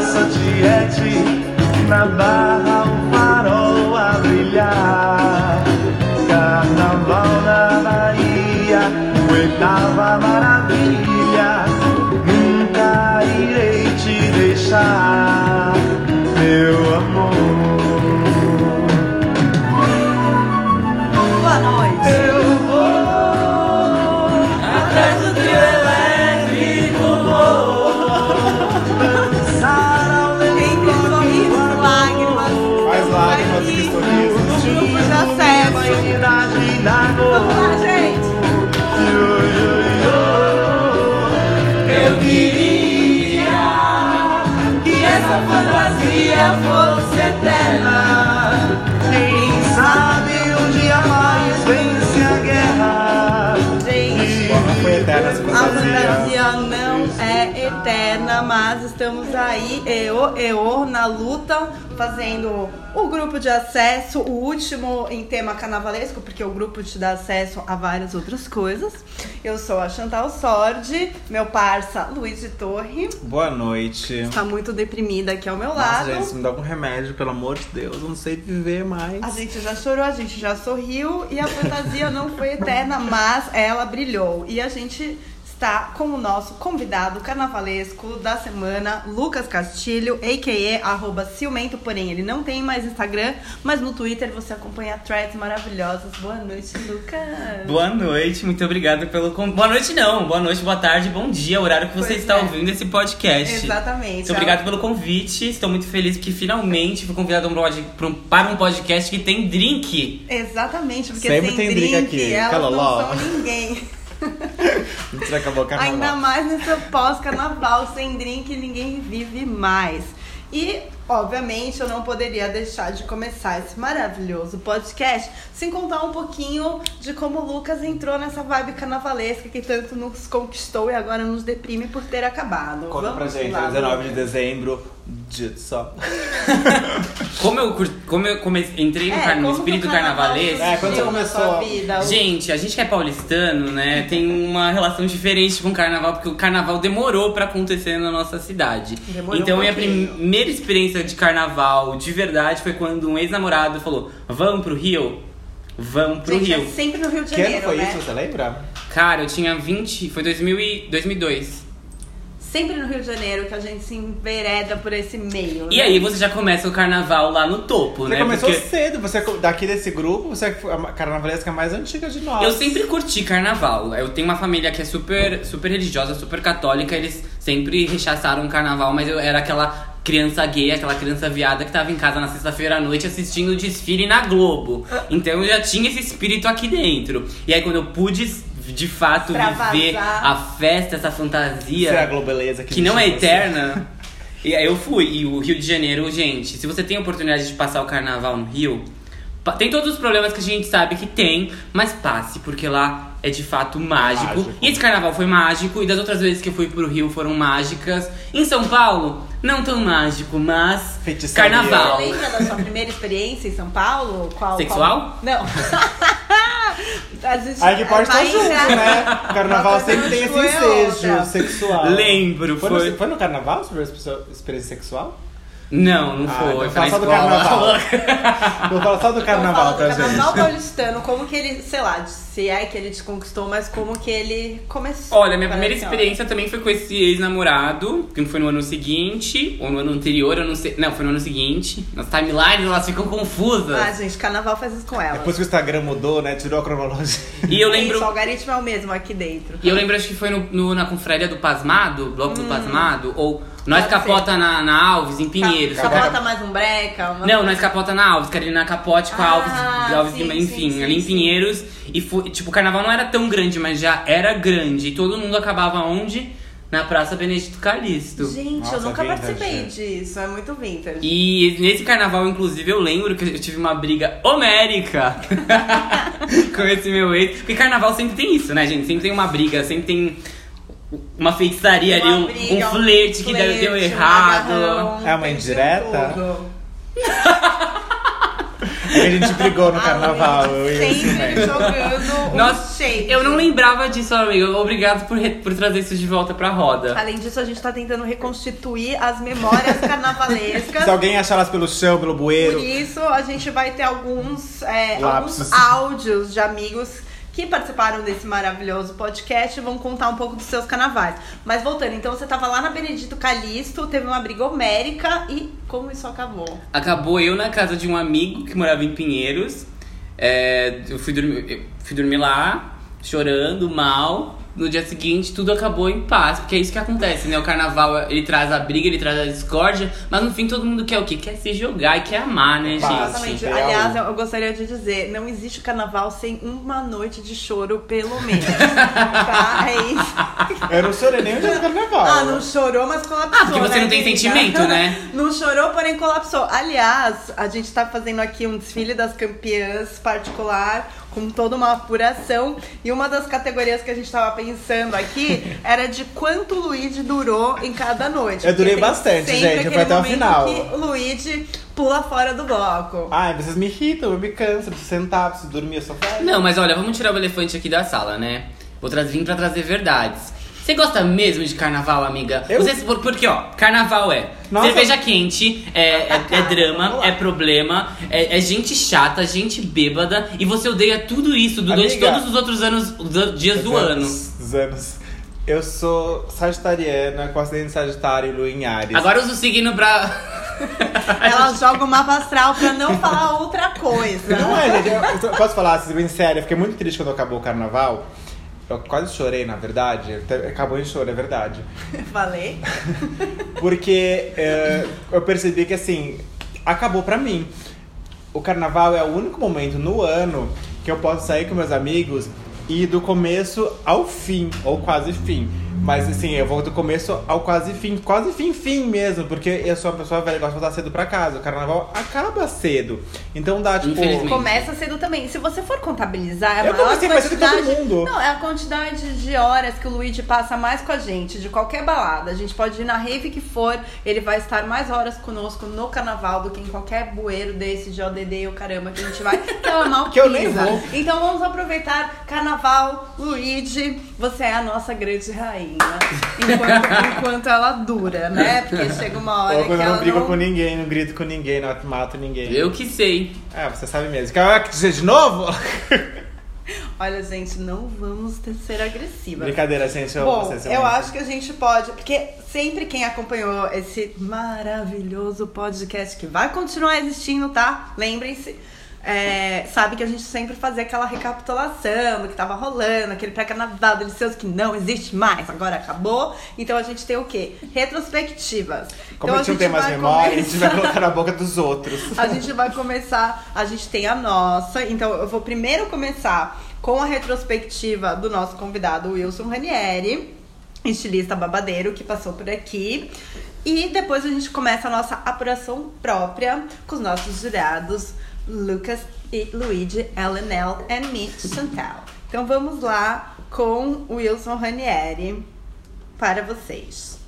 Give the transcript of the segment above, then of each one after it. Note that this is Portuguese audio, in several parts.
Tiete, na barra um farol a brilhar. Carnaval na Bahia, oitava maravilha. Nunca irei te deixar, meu amor. Boa noite. Eu vou atrás do trio elétrico, vou dançar ao Entre sorrisos, lágrimas. Mais lágrimas do que sorrisos. Grupo de acesso. Vamos lá, gente. Eu queria que essa fantasia fosse eterna. Quem sabe um dia mais vence a guerra. Gente, Não foi eterna essa a fantasia. fantasia não é eterna, mas estamos aí, na luta, fazendo o grupo de acesso, o último em tema carnavalesco, porque o grupo te dá acesso a várias outras coisas. Eu sou a Chantal Sordi, meu parça Luiz de Torre, Boa noite. está muito deprimida aqui ao meu Nossa, lado. gente, me dá algum remédio, pelo amor de Deus. Eu não sei viver mais. A gente já chorou, a gente já sorriu e a fantasia não foi eterna, mas ela brilhou. E a gente está com o nosso convidado carnavalesco da semana, Lucas Castilho, a.k.a. @ciumento, porém ele não tem mais Instagram, mas no Twitter você acompanha threads maravilhosas. Boa noite, Lucas. Boa noite, muito obrigado pelo convite. Boa noite não, boa noite, boa tarde, bom dia, o horário que você Pois está é. ouvindo esse podcast. Exatamente. Muito obrigado pelo convite, estou muito feliz porque finalmente fui convidado para um podcast que tem drink. Exatamente, porque Sempre sem tem drink aqui, elas caloló. não são ninguém. Mentira, acabou o carnaval. Ainda mais nesse pós-carnaval, sem drink ninguém vive mais. E, obviamente, eu não poderia deixar de começar esse maravilhoso podcast sem contar um pouquinho de como o Lucas entrou nessa vibe carnavalesca que tanto nos conquistou e agora nos deprime por ter acabado. Conta pra Vamos gente, lá, 19 de Lucas. dezembro, dia de sol. Como eu entrei no, no como espírito que o carnaval carnavalesco. É, quando você surgiu na começou- sua vida? Gente, a gente que é paulistano, né, tem uma relação diferente com o carnaval, porque o carnaval demorou pra acontecer na nossa cidade. Demorou Então, um minha pouquinho. primeira experiência de carnaval de verdade foi quando um ex-namorado falou: vamos pro Rio? Vamos pro Gente, Rio. é sempre no Rio de Que ano Janeiro, foi né? isso, você lembra? Cara, eu tinha 20. Foi 2002. Sempre no Rio de Janeiro que a gente se envereda por esse meio, E né? aí você já começa o carnaval lá no topo, Você né? começou Porque cedo, você daqui desse grupo, você é a carnavalesca mais antiga de nós. eu sempre curti carnaval. Eu tenho uma família que é super, super religiosa, super católica. Eles sempre rechaçaram o carnaval, mas eu era aquela criança gay, aquela criança viada que tava em casa na sexta-feira à noite assistindo o desfile na Globo. Então eu já tinha esse espírito aqui dentro. E aí quando eu pude de fato Extravasar. viver a festa, essa fantasia Será a Globeleza que não é vestiu você? eterna. E aí eu fui. E o Rio de Janeiro, gente, se você tem a oportunidade de passar o carnaval no Rio, tem todos os problemas que a gente sabe que tem, mas passe, porque lá é de fato mágico. Mágico. E esse carnaval foi mágico, e das outras vezes que eu fui pro Rio foram mágicas. Em São Paulo, não tão mágico, mas Feitiçaria. carnaval. Você lembra da sua primeira experiência em São Paulo? Sexual? Não. A gente Aí que pode estar vai junto, entrar- né? O carnaval Uma coisa sempre tem esse não exclui a ensejo outra. sexual. Lembro, Foi. foi. No carnaval sua experiência sexual? Não, não Ah, foi. então Foi na fala só do escola. carnaval. Vou falar só do carnaval Então, pra fala do carnaval gente. paulistano, como que ele, sei lá, se é que ele te conquistou, mas como que ele começou. Olha, minha primeira Parece, ó. experiência também foi com esse ex-namorado, que foi no ano seguinte, ou no ano anterior, eu não sei. Não, foi no ano seguinte. Nas timelines elas ficam confusas. Ah, gente, carnaval faz isso com ela. Depois que o Instagram mudou, né? Tirou a cronologia. E eu Isso, lembro. o algoritmo é o mesmo aqui dentro. E eu lembro, acho que foi na confraria do Pasmado, Bloco do Pasmado, ou Nós Pode Capota ser. na Alves, em Pinheiros. Capota mais um breca? Uma... Não, Nós Capota na Alves, que era ali na Capote com a Alves sim, enfim, sim, ali em sim. Pinheiros. E foi, tipo, o carnaval não era tão grande, mas já era grande. E todo mundo acabava onde? Na Praça Benedito Calixto. Gente, Nossa, eu nunca vintage. participei disso, é muito vintage. E nesse carnaval, inclusive, eu lembro que eu tive uma briga homérica com esse meu ex. Porque carnaval sempre tem isso, né, gente? Sempre tem uma briga, sempre tem uma feitiçaria Uma ali, briga, um flerte que flerte, deu um errado. agarrão, É uma tem de indireta? tudo. É que a gente brigou no carnaval. Sempre jogando Nossa, shade. eu não lembrava disso, amigo. Obrigado por trazer isso de volta pra roda. Além disso, a gente tá tentando reconstituir as memórias carnavalescas. Se alguém achar elas pelo chão, pelo bueiro. Por isso, a gente vai ter alguns Lapsos. áudios de amigos que participaram desse maravilhoso podcast e vão contar um pouco dos seus carnavais. Mas voltando, então você tava lá na Benedito Calixto, teve uma briga homérica e como isso acabou? Acabou eu na casa de um amigo que morava em Pinheiros. Eu fui dormir lá, chorando, mal. No dia seguinte, tudo acabou em paz. Porque é isso que acontece, né? O carnaval, ele traz a briga, ele traz a discórdia. Mas no fim, todo mundo quer o quê? Quer se jogar e quer amar, né, gente? Exatamente. Aliás, eu gostaria de dizer, não existe carnaval sem uma noite de choro, pelo menos. Tá? É isso. Eu não chorei nem o dia do carnaval. Ah, não chorou, mas colapsou. Porque você não tem querida? sentimento, né? Não chorou, porém colapsou. Aliás, a gente tá fazendo aqui um desfile das campeãs particular, com toda uma apuração. E uma das categorias que a gente tava pensando aqui era de quanto o Luigi durou em cada noite. Eu durei Porque tem bastante, sempre gente. Eu fui aquele até o momento final. que o Luigi pula fora do bloco. Ai, vocês me irritam, eu me canso, eu preciso sentar, preciso dormir, eu sou velho. Não, mas olha, vamos tirar o elefante aqui da sala, né? Vim pra trazer verdades. Você gosta mesmo de carnaval, amiga? Porque, ó, carnaval Nossa. cerveja quente, é drama, é problema, é gente chata, gente bêbada. E você odeia tudo isso durante Amiga, todos os outros dias do ano. Dos anos. Eu sou sagitariana, com acidente sagitário e lua em Áries. Agora usa o signo pra... Ela joga o mapa astral pra não falar outra coisa. Não é, gente. Eu posso falar, assim, bem sério. Eu fiquei muito triste quando acabou o carnaval. Eu quase chorei, na verdade. Acabou em choro, é verdade. Falei? Porque eu percebi que, assim, acabou pra mim. O carnaval é o único momento no ano que eu posso sair com meus amigos e ir do começo ao fim, ou quase fim. Mas assim, eu vou do começo ao quase fim mesmo, porque eu sou uma pessoa velha, gosto de voltar cedo pra casa. O carnaval acaba cedo. Então dá, tipo... Infelizmente. Começa cedo também. Se você for contabilizar, Eu comecei mais cedo que todo mundo. Não, é a quantidade de horas que o Luigi passa mais com a gente, de qualquer balada. A gente pode ir na rave que for, ele vai estar mais horas conosco no carnaval do que em qualquer bueiro desse de ODD ou caramba que a gente vai, que ela mal Que eu nem pisa. vou. Então vamos aproveitar carnaval, Luigi, você é a nossa grande rainha. Enquanto ela dura, né? Porque chega uma hora Ou que quando eu ela não brigo não... com ninguém, não grito com ninguém, não mato ninguém. Eu que sei. Você sabe mesmo. Quer dizer de novo? Olha, gente, não vamos ser agressiva. Brincadeira, gente. Bom, eu acho que a gente pode, porque sempre quem acompanhou esse maravilhoso podcast que vai continuar existindo, tá? Lembrem-se. Sabe que a gente sempre fazia aquela recapitulação do que tava rolando, aquele pré-carnaval delicioso que não existe mais, agora acabou. Então a gente tem o quê? Retrospectivas. Como então, a gente não tem mais memória, a gente vai colocar na boca dos outros. A gente vai começar, a gente tem a nossa, então eu vou primeiro começar com a retrospectiva do nosso convidado Wilson Ranieri, estilista babadeiro que passou por aqui. E depois a gente começa a nossa apuração própria com os nossos jurados Lucas e Luigi, LNL and me, Chantal. Então vamos lá com o Wilson Ranieri para vocês.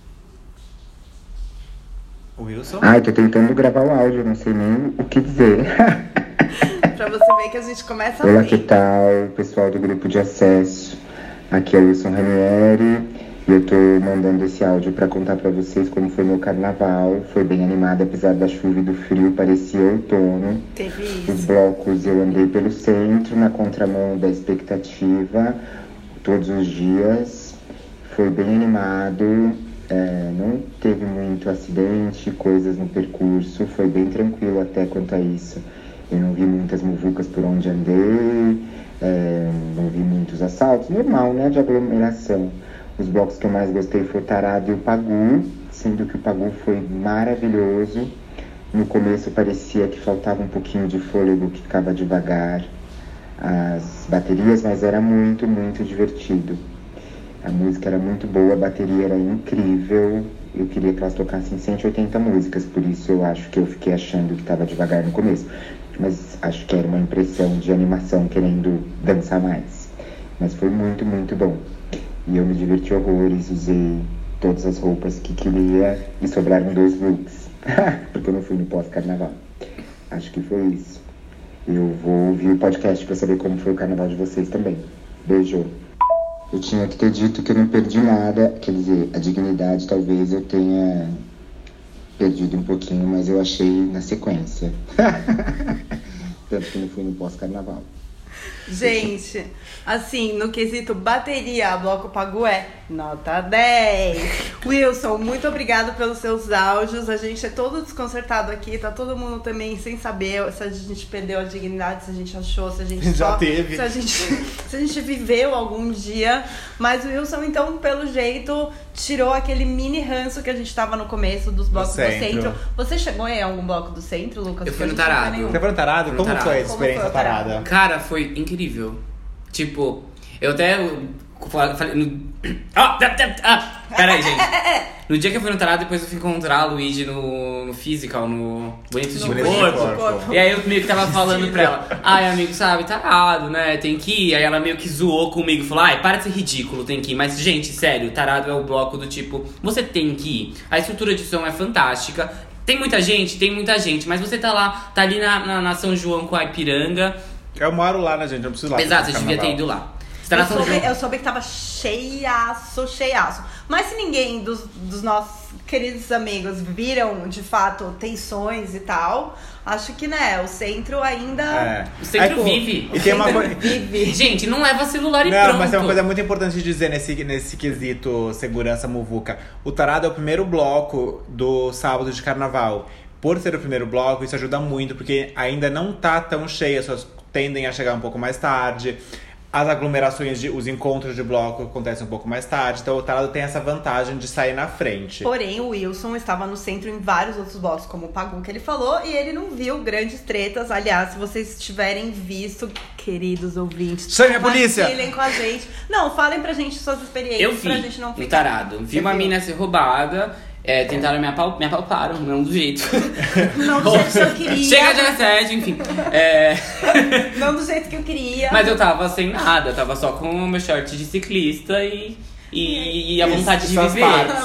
Wilson? Ai, tô tentando gravar o áudio, não sei nem o que dizer. Pra você ver que a gente começa Olá, bem. que tal, pessoal do grupo de acesso? Aqui é o Wilson Ranieri e eu tô mandando esse áudio pra contar pra vocês como foi meu carnaval. Foi bem animado, apesar da chuva e do frio, parecia outono. Teve Os isso. blocos eu andei pelo centro, na contramão da expectativa, todos os dias. Foi bem animado, não teve muito acidente, coisas no percurso, foi bem tranquilo até quanto a isso. Eu não vi muitas muvucas por onde andei, não vi muitos assaltos, normal, né, de aglomeração. Os blocos que eu mais gostei foi o Tarado e o Pagu, sendo que o Pagu foi maravilhoso. No começo parecia que faltava um pouquinho de fôlego, que ficava devagar as baterias, mas era muito, muito divertido. A música era muito boa, a bateria era incrível. Eu queria que elas tocassem 180 músicas, por isso eu acho que eu fiquei achando que estava devagar no começo. Mas acho que era uma impressão de animação querendo dançar mais. Mas foi muito, muito bom. E eu me diverti horrores, usei todas as roupas que queria e sobraram 2 looks. Porque eu não fui no pós-carnaval. Acho que foi isso. Eu vou ouvir o podcast pra saber como foi o carnaval de vocês também. Beijo. Eu tinha que ter dito que eu não perdi nada, quer dizer, a dignidade talvez eu tenha perdido um pouquinho, mas eu achei na sequência. Tanto que não fui no pós-carnaval. Gente, assim, no quesito bateria, a Bloco Pagu é nota 10. Wilson, muito obrigado pelos seus áudios. A gente é todo desconcertado aqui, tá todo mundo também sem saber se a gente perdeu a dignidade, se a gente achou, se a gente Já teve. se a gente viveu algum dia. Mas o Wilson, então, pelo jeito, tirou aquele mini ranço que a gente tava no começo dos blocos do centro. Você chegou em algum bloco do centro, Lucas? Eu fui no Porque a gente não Tarado. foi nenhum. Você foi no Tarado? Foi no Como Tarado. foi a Como experiência foi o Tarado? Tarada? Cara, foi incrível. Tipo, eu até falei. Peraí, gente. No dia que eu fui no Tarado, depois eu fui encontrar a Luigi no Physical, no Bonitos de Bonitos de Corpo. Corpo. E aí eu meio que tava falando pra ela, ai, amigo, sabe, Tarado, né, tem que ir. Aí ela meio que zoou comigo, falou, ai, para de ser ridículo, tem que ir. Mas, gente, sério, Tarado é o bloco do tipo, você tem que ir. A estrutura de som é fantástica. Tem muita gente, mas você tá lá, tá ali na São João com a Ipiranga. Eu moro lá, né, gente? Eu preciso ir lá. Exato, pra você devia ter carnaval. ido lá. Você tá na São João. Eu soube que tava cheiaço. Mas se ninguém dos nossos queridos amigos viram, de fato, tensões e tal, acho que, né, o centro ainda... O centro Aí, vive. E tem uma coisa... vive. Gente, não leva celular e Não, pronto. mas tem uma coisa muito importante de dizer nesse quesito segurança muvuca. O Tarado é o primeiro bloco do sábado de carnaval. Por ser o primeiro bloco, isso ajuda muito, porque ainda não tá tão cheio, as pessoas tendem a chegar um pouco mais tarde. As aglomerações, os encontros de bloco acontecem um pouco mais tarde. Então o Tarado tem essa vantagem de sair na frente. Porém, o Wilson estava no centro em vários outros blocos, como o Pagu, que ele falou, e ele não viu grandes tretas. Aliás, se vocês tiverem visto, queridos ouvintes, Chame a polícia! compartilhem com a gente. Não, falem pra gente suas experiências, Eu vi pra gente não no ficar... Tarado. Vi Você uma viu? mina ser roubada. Tentaram me apalparam, não do jeito. Não do jeito que eu queria. Chega de assédio, enfim. Não do jeito que eu queria. Mas eu tava sem nada, eu tava só com o meu short de ciclista e a vontade de suas viver.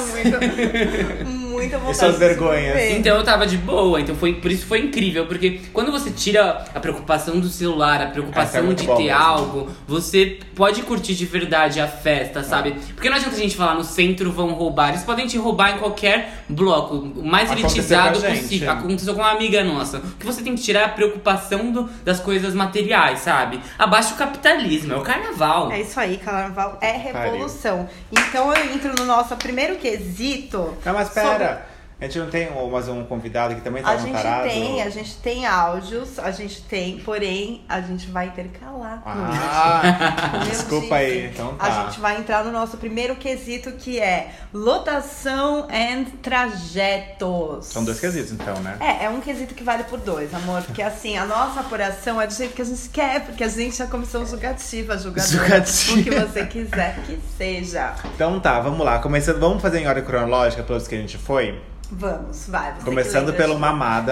Muita vontade E suas de vergonhas. viver. Então eu tava de boa, então por isso foi incrível, porque quando você tira a preocupação do celular, a Essa é preocupação muito de bom ter mesmo. algo, você pode curtir de verdade a festa, sabe? Porque não adianta a gente falar no centro vão roubar, eles podem te roubar em qualquer bloco, o mais Aconteceu elitizado com a gente. possível. Aconteceu com uma amiga nossa. O que você tem que tirar é a preocupação das coisas materiais, sabe? Abaixa o capitalismo, é o carnaval. É isso aí, carnaval é revolução. Então eu entro no nosso primeiro quesito. Não, mas pera. A gente não tem mais um convidado que também tá A no gente Tarado? a gente tem áudios, porém, a gente vai intercalar. Ah, Como eu desculpa disse, aí. Então tá. A gente vai entrar no nosso primeiro quesito, que é lotação and trajetos. São 2 quesitos, então, né? É um quesito que vale por 2, amor. Porque assim, a nossa apuração é do jeito que a gente quer, porque a gente é a comissão julgativa, julgadora. O que você quiser que seja. Então tá, vamos lá. Vamos fazer em ordem cronológica todos que a gente foi? Vamos, vai. Você Começando que lembra pelo de-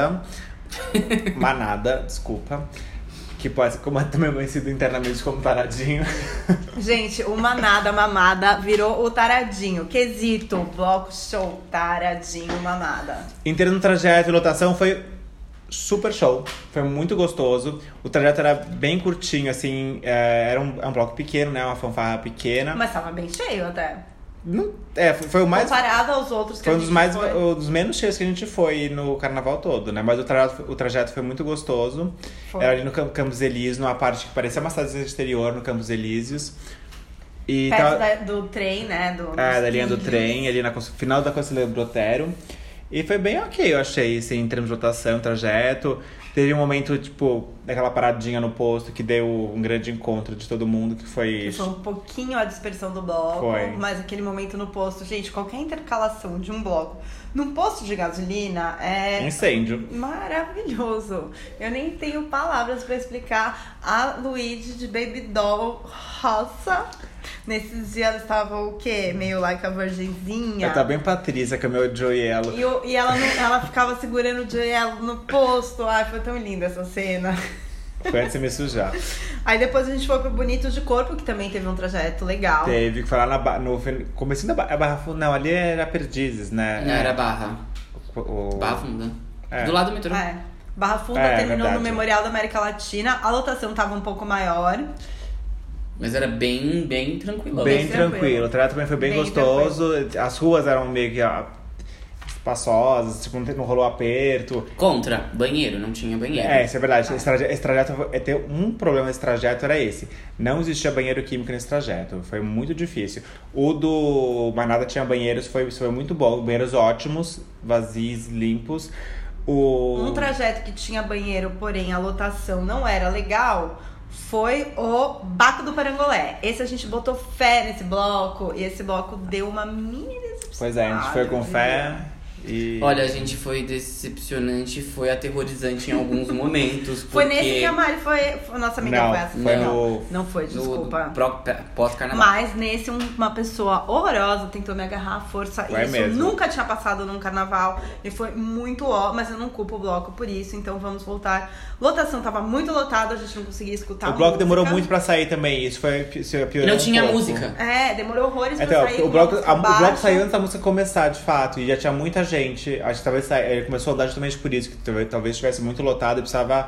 Manada, desculpa. Que pode ser como é também conhecido internamente como Taradinho. Gente, o Manada Mamada virou o Taradinho. Quesito, bloco show, Taradinho Mamada. Em termos de trajeto e lotação, foi super show. Foi muito gostoso. O trajeto era bem curtinho, assim. Era um bloco pequeno, né? Uma fanfarra pequena. Mas tava bem cheio até. Foi o mais... Comparado aos outros que Foi a um gente dos mais foi. dos menos cheios que a gente foi no carnaval todo, né? Mas o trajeto foi muito gostoso. Foi. Era ali no Campos Elíseos, numa parte que parecia uma cidade exterior, no Campos Elíseos. E Perto do trem, né? da linha do trem, ali no final da Conselheiro Brotero. E foi bem ok, eu achei, assim, em termos de rotação, trajeto. Teve um momento, tipo, daquela paradinha no posto que deu um grande encontro de todo mundo, que foi... Foi um pouquinho a dispersão do bloco, Foi. mas aquele momento no posto, gente, qualquer intercalação de um bloco num posto de gasolina é incêndio. maravilhoso. Eu nem tenho palavras pra explicar a Luigi de Baby Doll roça. Nesses dias ela estava o quê? Meio like a virgenzinha. Ela tá bem Patrícia, que é o meu Joyello. E ela ficava segurando o Joelho no posto. Ai, foi tão linda essa cena. Foi antes de me sujar. Aí depois a gente foi pro Bonitos de Corpo, que também teve um trajeto legal. Teve que falar no comecinho da Barra Funda. Não, ali era Perdizes, né? Não, era Barra. O- Barra Funda. É. Do lado do metrô. É. Barra Funda terminou verdade. no Memorial da América Latina. A lotação tava um pouco maior. Mas era bem tranquilo. Bem tranquilo. tranquilo. O trato também foi bem gostoso. As ruas eram meio que espaçosas, tipo, não rolou aperto. Contra, banheiro, não tinha banheiro. Isso é verdade. Esse trajeto, ter um problema nesse trajeto era esse. Não existia banheiro químico nesse trajeto. Foi muito difícil. O do Manada tinha banheiros, foi muito bom. Banheiros ótimos, vazios, limpos. Um trajeto que tinha banheiro, porém a lotação não era legal, foi o Baco do Parangolé. Esse a gente botou fé nesse bloco e esse bloco deu uma mini decepção. Pois é, a gente foi com fé. E... Olha, a gente foi decepcionante, foi aterrorizante em alguns momentos. Foi nesse que a Mari foi. Nossa amiga Não, foi assim. foi Não foi, desculpa. Pós-carnaval. Mas nesse, uma pessoa horrorosa tentou me agarrar à força. Foi E isso mesmo. nunca tinha passado num carnaval. E foi muito mas eu não culpo o bloco por isso. Então vamos voltar. Lotação tava muito lotada, a gente não conseguia escutar. O bloco música. demorou muito pra sair também. Isso foi piorando. Não tinha um pouco. música. Demorou horrores pra Então, sair. o bloco baixa. saiu antes da música começar, de fato. E já tinha muita gente. Acho que talvez ele começou a andar justamente por isso. Que talvez estivesse muito lotado e precisava...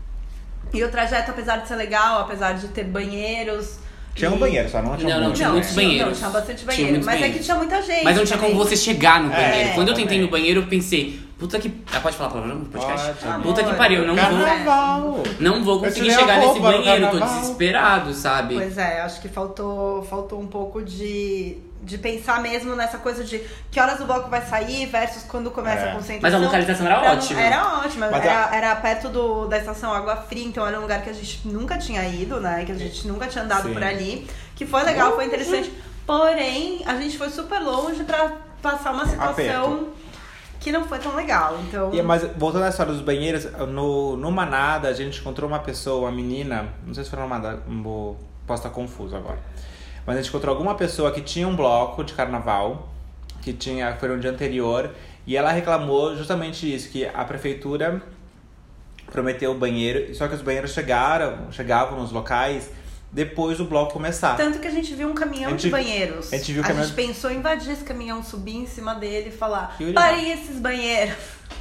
E o trajeto, apesar de ser legal, apesar de ter banheiros... Tinha um banheiro só, não tinha Não, muito. tinha muitos banheiros. Não, tinha bastante Tinha banheiro. muitos Mas banheiros. é que tinha muita gente. Mas não tinha como também. você chegar no banheiro. Quando eu tentei também. no banheiro, eu pensei, puta que... Pode falar palavrão no podcast? Pode. Puta que pariu, não vou... Carnaval! Não vou Eu conseguir tirei a chegar nesse roupa no banheiro, tô carnaval. desesperado, sabe? Pois é, acho que faltou um pouco de pensar mesmo nessa coisa de que horas o bloco vai sair versus quando começa a concentração. Mas a localização era Pra não- ótima. Era ótima. Mas Era perto da estação Água Fria, então era um lugar que a gente nunca tinha ido, né? Que a gente nunca tinha andado Sim. por ali. Que foi legal, foi interessante. Porém, a gente foi super longe pra passar uma situação Aperto. que não foi tão legal. Então, Mas voltando à história dos banheiros, no Manada a gente encontrou uma pessoa, uma menina, não sei se foi no Manada, posso estar confuso agora. Mas a gente encontrou alguma pessoa que tinha um bloco de carnaval, foi no dia anterior, e ela reclamou justamente isso, que a prefeitura prometeu o banheiro, só que os banheiros chegavam nos locais depois do bloco começar. tanto que a gente viu um caminhão de banheiros. a gente viu o caminhão- gente pensou em invadir esse caminhão, subir em cima dele e falar: E urinar. parem esses banheiros.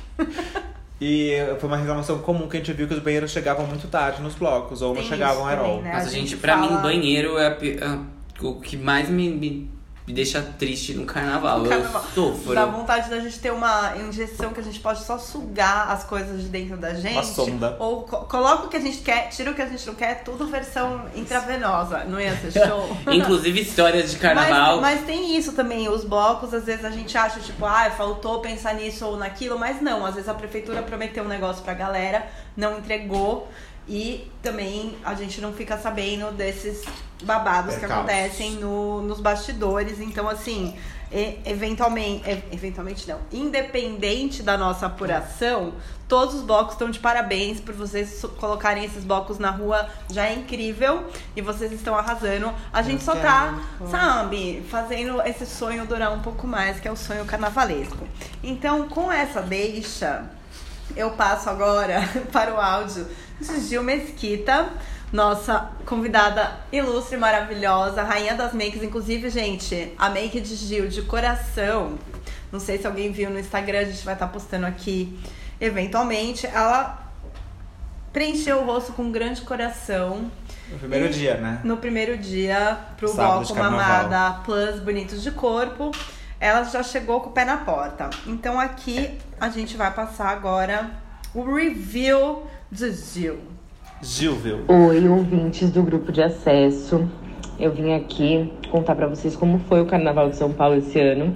E foi uma reclamação comum que a gente viu que os banheiros chegavam muito tarde nos blocos, ou não Tem chegavam isso at all. também, né? Mas A a gente, gente pra fala- mim, banheiro é o que mais me deixa triste no carnaval. Carnaval. Eu sofro. Dá vontade da gente ter uma injeção que a gente pode só sugar as coisas de dentro da gente. Uma sonda. Ou coloca o que a gente quer, tira o que a gente não quer, tudo versão intravenosa. Não ia ser show? Inclusive histórias de carnaval. Mas tem isso também, os blocos, às vezes a gente acha, tipo, faltou pensar nisso ou naquilo, mas não, às vezes a prefeitura prometeu um negócio pra galera, não entregou, e também a gente não fica sabendo desses babados que Percalços. acontecem nos bastidores. Então, assim, eventualmente não, independente da nossa apuração, todos os blocos estão de parabéns por vocês colocarem esses blocos na rua, já é incrível, e vocês estão arrasando. A gente só tá, sabe, fazendo esse sonho durar um pouco mais, que é o sonho carnavalesco. Então, com essa deixa, eu passo agora para o áudio de Gil Mesquita, nossa convidada ilustre, maravilhosa, rainha das makes. Inclusive, gente, a make de Gil de coração, não sei se alguém viu no Instagram, a gente vai estar postando aqui eventualmente. Ela preencheu o rosto com um grande coração. No primeiro dia, né? No primeiro dia, pro Sábado de bloco carnaval. Mamada Plus Bonitos de Corpo, ela já chegou com o pé na porta. Então aqui a gente vai passar agora o review de Gil. Gilville. Oi, ouvintes do grupo de acesso. Eu vim aqui contar pra vocês como foi o Carnaval de São Paulo esse ano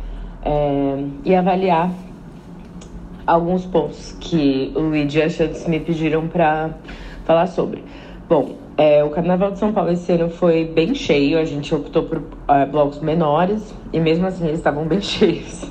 e avaliar alguns pontos que o Luigi e a Chantz me pediram pra falar sobre. Bom, o Carnaval de São Paulo esse ano foi bem cheio, a gente optou por blocos menores e mesmo assim eles estavam bem cheios.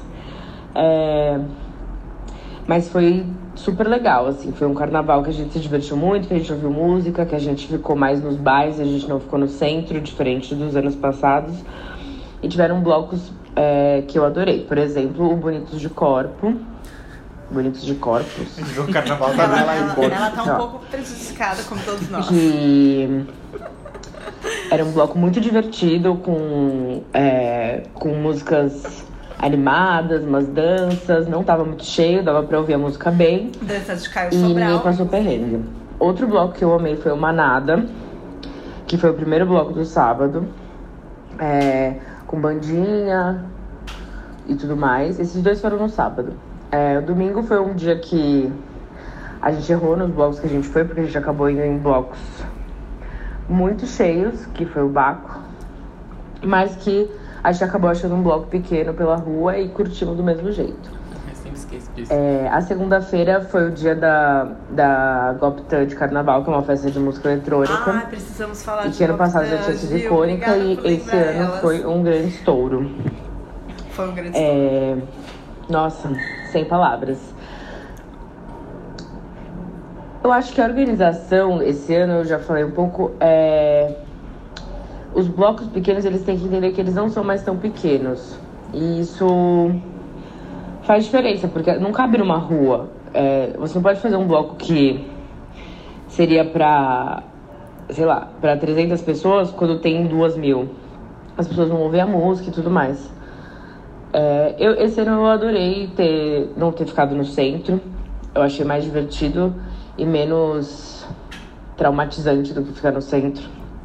Mas foi super legal, assim, foi um carnaval que a gente se divertiu muito, que a gente ouviu música, que a gente ficou mais nos bares, a gente não ficou no centro, diferente dos anos passados. E tiveram blocos que eu adorei, por exemplo, o Bonitos de Corpo. Bonitos de Corpos. O carnaval tá nela em corpo. Ela tá um pouco prejudicada, como todos nós. Que era um bloco muito divertido, com músicas animadas, umas danças. Não tava muito cheio, dava pra ouvir a música bem. Danças de Caio E ninguém Sobral. passou perrengue. Outro bloco que eu amei foi o Manada, que foi o primeiro bloco do sábado. Com bandinha e tudo mais. Esses dois foram no sábado. O domingo foi um dia que a gente errou nos blocos que a gente foi, porque a gente acabou indo em blocos muito cheios, que foi o Baco. Mas que a gente acabou achando um bloco pequeno pela rua e curtimos do mesmo jeito. Eu sempre esqueço disso. A segunda-feira foi o dia da Goptan de Carnaval, que é uma festa de música eletrônica. Precisamos falar E de que ano passado já Goptan, tinha sido Gil, icônica obrigada e por esse lembrar ano elas. foi um grande estouro. Foi um grande estouro. Nossa, sem palavras. Eu acho que a organização, esse ano, eu já falei um pouco, os blocos pequenos, eles têm que entender que eles não são mais tão pequenos. E isso faz diferença, porque não cabe numa rua. Você não pode fazer um bloco que seria pra, sei lá, pra 300 pessoas quando tem 2.000. As pessoas vão ouvir a música e tudo mais. Esse ano eu adorei não ter ficado no centro. Eu achei mais divertido e menos traumatizante do que ficar no centro.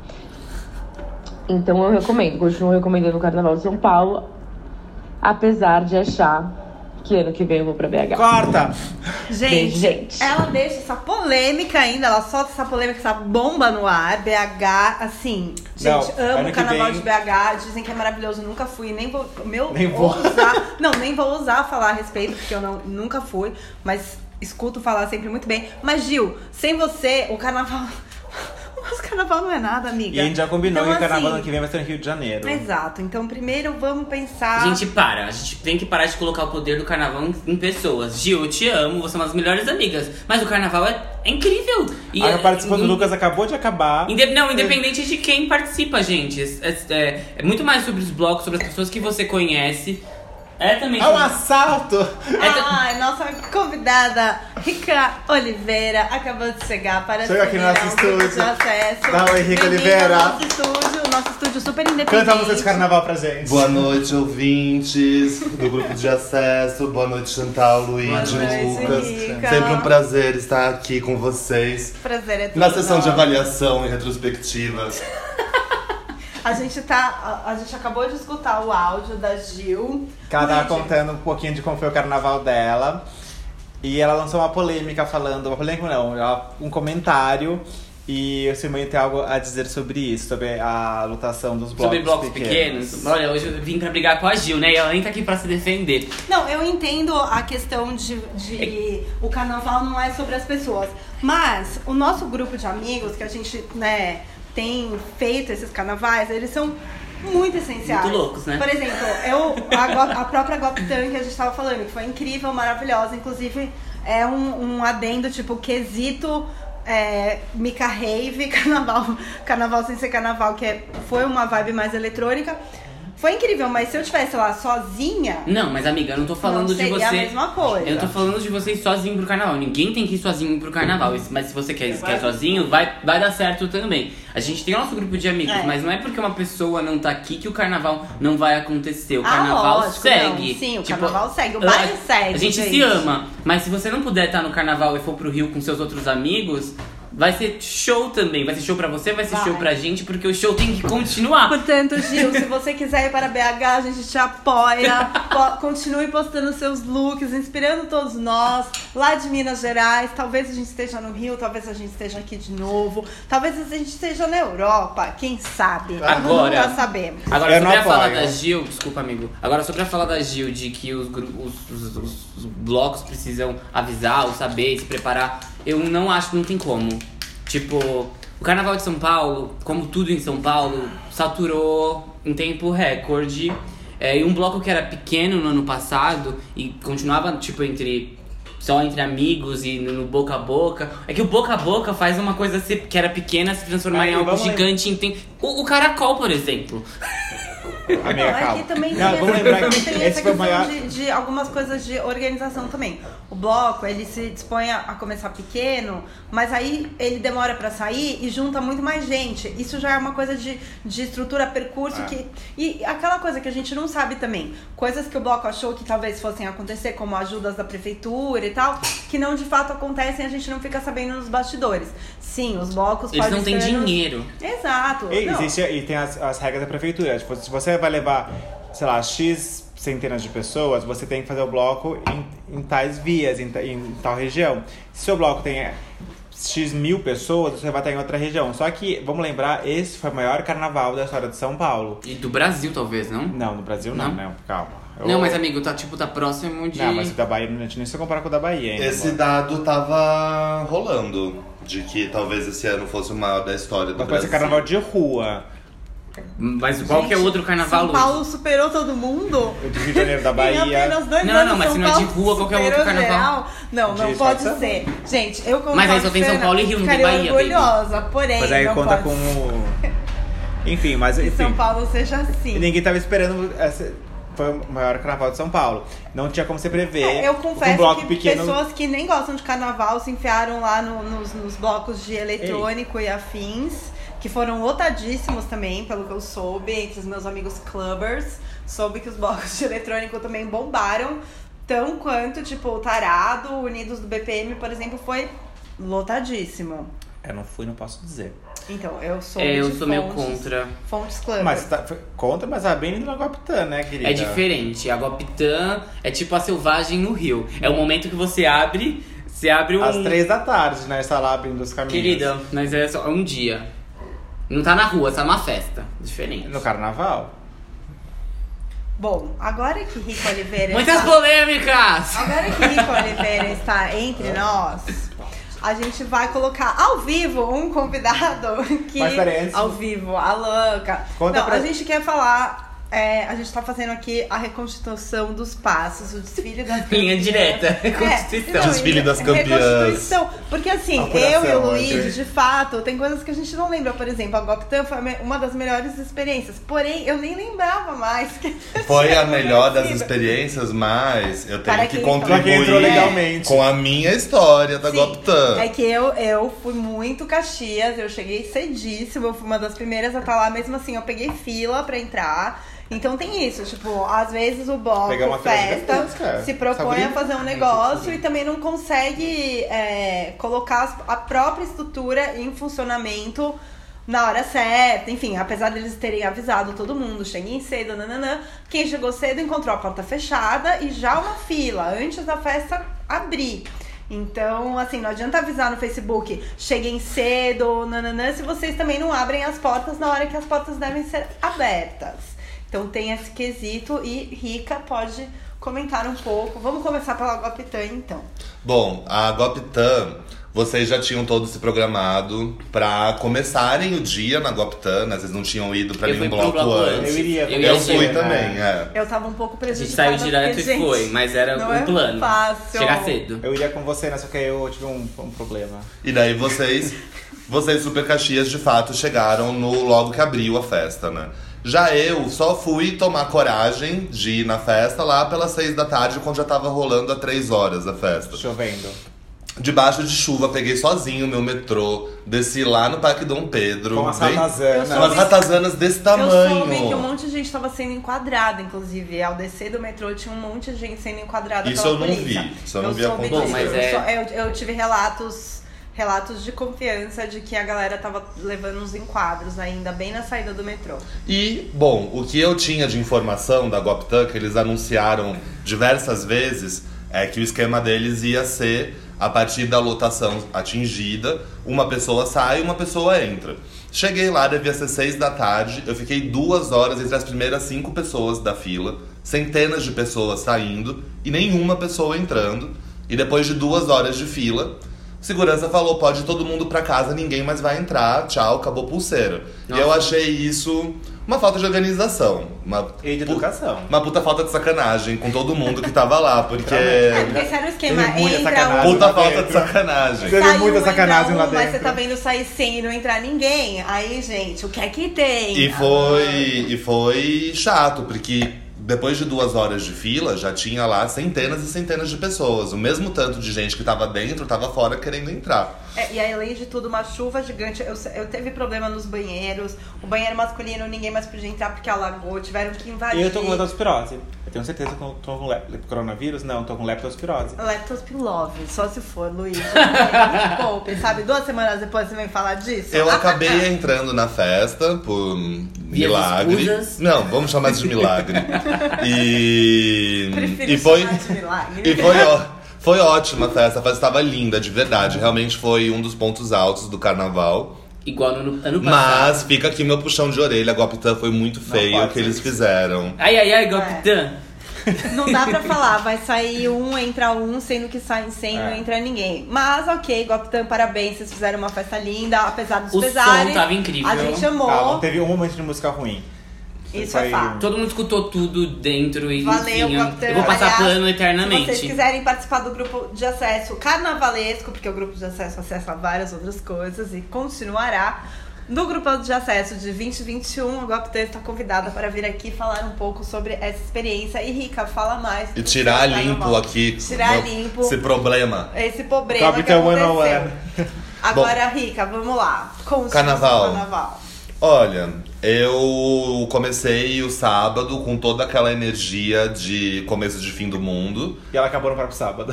Então eu continuo recomendando o Carnaval de São Paulo, apesar de achar que ano que vem eu vou pra BH. Corta! Gente, ela deixa essa polêmica ainda, ela solta essa polêmica, essa bomba no ar. BH, assim, gente, amo ano o que carnaval vem- de BH, dizem que é maravilhoso, nunca fui, nem vou vou. usar. Não, nem vou usar falar a respeito, porque eu nunca fui, mas escuto falar sempre muito bem. Mas, Gil, sem você, o carnaval. O nosso carnaval não é nada, amiga. E a gente já combinou Então, que o carnaval assim, ano que vem vai ser no Rio de Janeiro. Exato, então primeiro vamos pensar. A gente tem que parar de colocar o poder do carnaval em pessoas. Gil, eu te amo, você é uma das melhores amigas. Mas o carnaval é incrível. E A participação do Lucas acabou de acabar. Independente de quem participa, gente. É muito mais sobre os blocos, sobre as pessoas que você conhece. Também. É um assalto! Ai, nossa convidada Rica Oliveira acabou de chegar para Chega aqui no nosso ao grupo de estúdio. acesso. Dá oi, Rica Bem-vinda Oliveira. ao nosso estúdio super independente. Canta a música de carnaval pra gente. Boa noite, ouvintes do grupo de acesso. Boa noite, Chantal, Luigi, Boa noite, Lucas. Rica. Sempre um prazer estar aqui com vocês Prazer é todo na sessão de nosso. avaliação e retrospectiva. A gente acabou de escutar o áudio da Gil. Que ela tava Luigi, contando um pouquinho de como foi o carnaval dela. E ela lançou uma polêmica falando... Uma polêmica não, um comentário. E o Simone tem algo a dizer sobre isso. Sobre a lotação dos blocos Sobre blocos pequenos. Olha, hoje eu vim pra brigar com a Gil, né? E ela nem tá aqui pra se defender. Não, eu entendo a questão de o carnaval não é sobre as pessoas. Mas o nosso grupo de amigos, que a gente, né, tem feito esses carnavais, eles são muito essenciais. Muito loucos, né? Por exemplo, a própria Goptan que a gente tava falando, que foi incrível, maravilhosa. Inclusive, é um adendo, tipo, quesito... Mica Rave, carnaval sem ser carnaval, que foi uma vibe mais eletrônica. Foi incrível, mas se eu estivesse lá sozinha... Não, mas amiga, eu não tô falando Não de seria você. a mesma coisa. Eu tô falando de você ir sozinho pro carnaval. Ninguém tem que ir sozinho pro carnaval. Mas se você quer ir sozinho, vai dar certo também. A gente tem o nosso grupo de amigos, mas não é porque uma pessoa não tá aqui que o carnaval não vai acontecer. O carnaval lógico, segue. não. Sim, o Tipo, carnaval segue, o baile segue, A gente gente. se ama. Mas se você não puder estar no carnaval e for pro Rio com seus outros amigos, vai ser show também. Vai ser show pra você, vai ser show pra gente, porque o show tem que continuar. Portanto, Gil, se você quiser ir para BH, a gente te apoia. Continue postando seus looks, inspirando todos nós, lá de Minas Gerais. Talvez a gente esteja no Rio, talvez a gente esteja aqui de novo. Talvez a gente esteja na Europa, quem sabe? Agora- Nunca sabemos. Agora, Eu sobre não a fala apoio. da Gil, desculpa, amigo. Agora, sobre a fala da Gil de que os blocos precisam avisar ou saber, se preparar, eu não acho que não tem como. Tipo, o Carnaval de São Paulo, como tudo em São Paulo, saturou em tempo recorde. E um bloco que era pequeno no ano passado e continuava, tipo, só entre amigos e no boca a boca. É que o boca a boca faz uma coisa que era pequena se transformar em algo vamos gigante. O Caracol, por exemplo. Amiga, Não, calma. aqui também tem, Não, vamos lembrar que tem esse essa foi o questão maior... de algumas coisas de organização também. O bloco, ele se dispõe a começar pequeno, mas aí ele demora pra sair e junta muito mais gente. Isso já é uma coisa de estrutura, percurso, e aquela coisa que a gente não sabe também. Coisas que o bloco achou que talvez fossem acontecer, como ajudas da prefeitura e tal, que não de fato acontecem e a gente não fica sabendo nos bastidores. Sim, os blocos Eles não têm paulistanos- dinheiro. Exato. E, Não. e tem as regras da prefeitura. Tipo, se você vai levar, sei lá, X centenas de pessoas, você tem que fazer o bloco em tais vias, em tal região. Se seu bloco tem X mil pessoas, você vai estar em outra região. Só que, vamos lembrar, esse foi o maior carnaval da história de São Paulo. E do Brasil, talvez, não? Não, no Brasil não, Não? né? Calma. Não, mas amigo, tá próximo de... Não, mas o da Bahia, a gente nem se compara com o da Bahia ainda. Esse dado tava rolando, de que talvez esse ano fosse o maior da história do Mas pode Brasil. ser carnaval de rua. Mas qual que é o outro carnaval, São Luiz? Paulo superou todo mundo? O do Rio de Janeiro da Em Bahia. apenas 2 Não, anos, não, mas São se não é de Paulo rua, qualquer outro superou carnaval. geral. Não, não De pode fato, ser. Gente, eu como Mas aí só tem São paulistana, Paulo e Rio, não tem ficaria Bahia, baby. orgulhosa, porém Mas aí não conta pode com o... Enfim, mas que enfim. São Paulo seja E assim. ninguém tava esperando. Foi o maior carnaval de São Paulo. Não tinha como você prever. Eu um confesso bloco que pequeno. pessoas que nem gostam de carnaval se enfiaram lá nos blocos de eletrônico e afins, que foram lotadíssimos também, pelo que eu soube, entre os meus amigos clubbers. Soube que os blocos de eletrônico também bombaram, tão quanto, tipo, o Tarado, o Unidos do BPM, por exemplo, foi lotadíssimo. Eu não fui, não posso dizer. Então, eu sou Eu de sou meio fontes- contra. Fontes clubbers. Mas foi contra, mas a bem lindo na Guapitã, né, querida? É diferente. A Guapitã é tipo a selvagem no Rio. É o momento que você abre um... Às 3 da tarde, né? Está lá abrindo os caminhos. Querida, mas é só um dia. Não tá na rua, tá numa festa. Diferente. No carnaval? Bom, agora que Rico Oliveira Muitas está... polêmicas! Agora que Rico Oliveira está entre nós, a gente vai colocar ao vivo um convidado que... Mas peraí, antes- Ao vivo, a Lanca. Conta Não, pra- a gente quer falar... a gente tá fazendo aqui a reconstituição dos passos, o desfile das campeãs. Linha direta, reconstituição. Desfile das campeãs. Reconstituição. Porque assim, Apuração, eu e o Luiz, André. de fato, tem coisas que a gente não lembra. Por exemplo, a Goptan foi uma das melhores experiências. Porém, eu nem lembrava mais. Foi a melhor das experiências, mas eu tenho Para que quem entrou- Pra quem entrou contribuir legalmente. com a minha história da Sim, Goptan. É que eu fui muito Caxias, eu cheguei cedíssimo, eu fui uma das primeiras a estar lá, mesmo assim, eu peguei fila pra entrar. Então tem isso, tipo, às vezes o bloco, Pegar uma fila festa, gigantesca. se propõe Sabrina? a fazer um negócio e também não consegue colocar a própria estrutura em funcionamento na hora certa. Enfim, apesar deles terem avisado todo mundo, cheguem cedo, nananã. Quem chegou cedo encontrou a porta fechada e já uma fila, antes da festa abrir. Então, assim, não adianta avisar no Facebook, cheguem cedo, nananã, se vocês também não abrem as portas na hora que as portas devem ser abertas. Então tem esse quesito e Rica pode comentar um pouco. Vamos começar pela Goptan, então. Bom, a Goptan, vocês já tinham todos se programado pra começarem o dia na Goptan, né? Vocês não tinham ido pra Eu nenhum fui pro bloco bloco antes. Eu iria. Eu fui né? também, é. Eu tava um pouco A gente prejudicada. saiu direto porque, e gente, foi, mas era não um é plano. fácil. Chegar cedo. Eu iria com você, né? Só que aí eu tive um problema. E daí vocês Super Caxias, de fato, chegaram logo que abriu a festa, né? Já eu só fui tomar coragem de ir na festa lá pelas 6 da tarde, quando já tava rolando há 3 horas a festa. Chovendo. Debaixo de chuva, peguei sozinho o meu metrô, desci lá no Parque Dom Pedro. Com as bem- ratazanas. Eu Umas ratazanas desse Eu tamanho. soube que um monte de gente tava sendo enquadrada, inclusive. Ao descer do metrô tinha um monte de gente sendo enquadrada Isso pela eu não polícia. vi, isso eu não vi soube acontecer. disso. Bom, mas Eu tive relatos de confiança de que a galera tava levando uns enquadros ainda bem na saída do metrô. E, bom, o que eu tinha de informação da Goptan, que eles anunciaram diversas vezes, é que o esquema deles ia ser, a partir da lotação atingida, uma pessoa sai e uma pessoa entra. Cheguei lá, devia ser 6 da tarde, eu fiquei 2 horas entre as primeiras 5 pessoas da fila, centenas de pessoas saindo e nenhuma pessoa entrando. E depois de 2 horas de fila, segurança falou, pode ir todo mundo pra casa, ninguém mais vai entrar, tchau, acabou pulseira. Nossa. E eu achei isso uma falta de organização. E de educação. Uma puta falta de sacanagem com todo mundo que tava lá, porque... Porque esse era o esquema, Teve muita entra sacanagem. Puta lá falta de dentro. sacanagem. Teve Saiu muita um, sacanagem entra lá um, Mas dentro. você tá vendo sair 100 e não entrar ninguém. Aí, gente, o que é que tem? E foi chato, porque depois de 2 horas de fila, já tinha lá centenas e centenas de pessoas. O mesmo tanto de gente que tava dentro, tava fora querendo entrar. E aí, além de tudo, uma chuva gigante. Eu teve problema nos banheiros. O banheiro masculino, ninguém mais podia entrar porque alagou. Tiveram que invadir. E eu tô com leptospirose. Eu tenho certeza que eu tô com coronavírus. Não, tô com leptospirose. Leptospirose, só se for, Luiz. Me poupe, sabe? 2 semanas depois você vem falar disso? Eu acabei entrando na festa por milagre. escusas. Não, vamos chamar isso de milagre. Prefiro E foi. chamar de milagre. E foi ótima a festa estava linda, de verdade. Realmente foi um dos pontos altos do carnaval. Igual no ano passado. Mas fica aqui meu puxão de orelha, a Gopitã foi muito feio pode o que ser eles isso. fizeram. Ai, Gopitã. Não dá pra falar, vai sair um, entra um, sendo que sai 100 não entra ninguém. Mas ok, Gopitã, parabéns, vocês fizeram uma festa linda, apesar dos O pesares. som tava incrível. A gente amou. Não teve um momento de música ruim. Isso é fato. Todo mundo escutou tudo dentro e Valeu, enfim, Gopitã. eu vou passar Aliás, plano Se eternamente. vocês quiserem participar do grupo de acesso carnavalesco, porque o grupo de acesso acessa várias outras coisas e continuará. No grupo de acesso de 2021, a Gopitã está convidada para vir aqui falar um pouco sobre essa experiência. E Rica, fala mais. E tirar do seu limpo carnaval. aqui Tirar limpo esse problema. esse problema que Gopitã aconteceu. 101. Agora, Rica, vamos lá. Conte Carnaval. sobre o carnaval. Olha, eu comecei o sábado com toda aquela energia de começo de fim do mundo. E ela acabou no próprio sábado.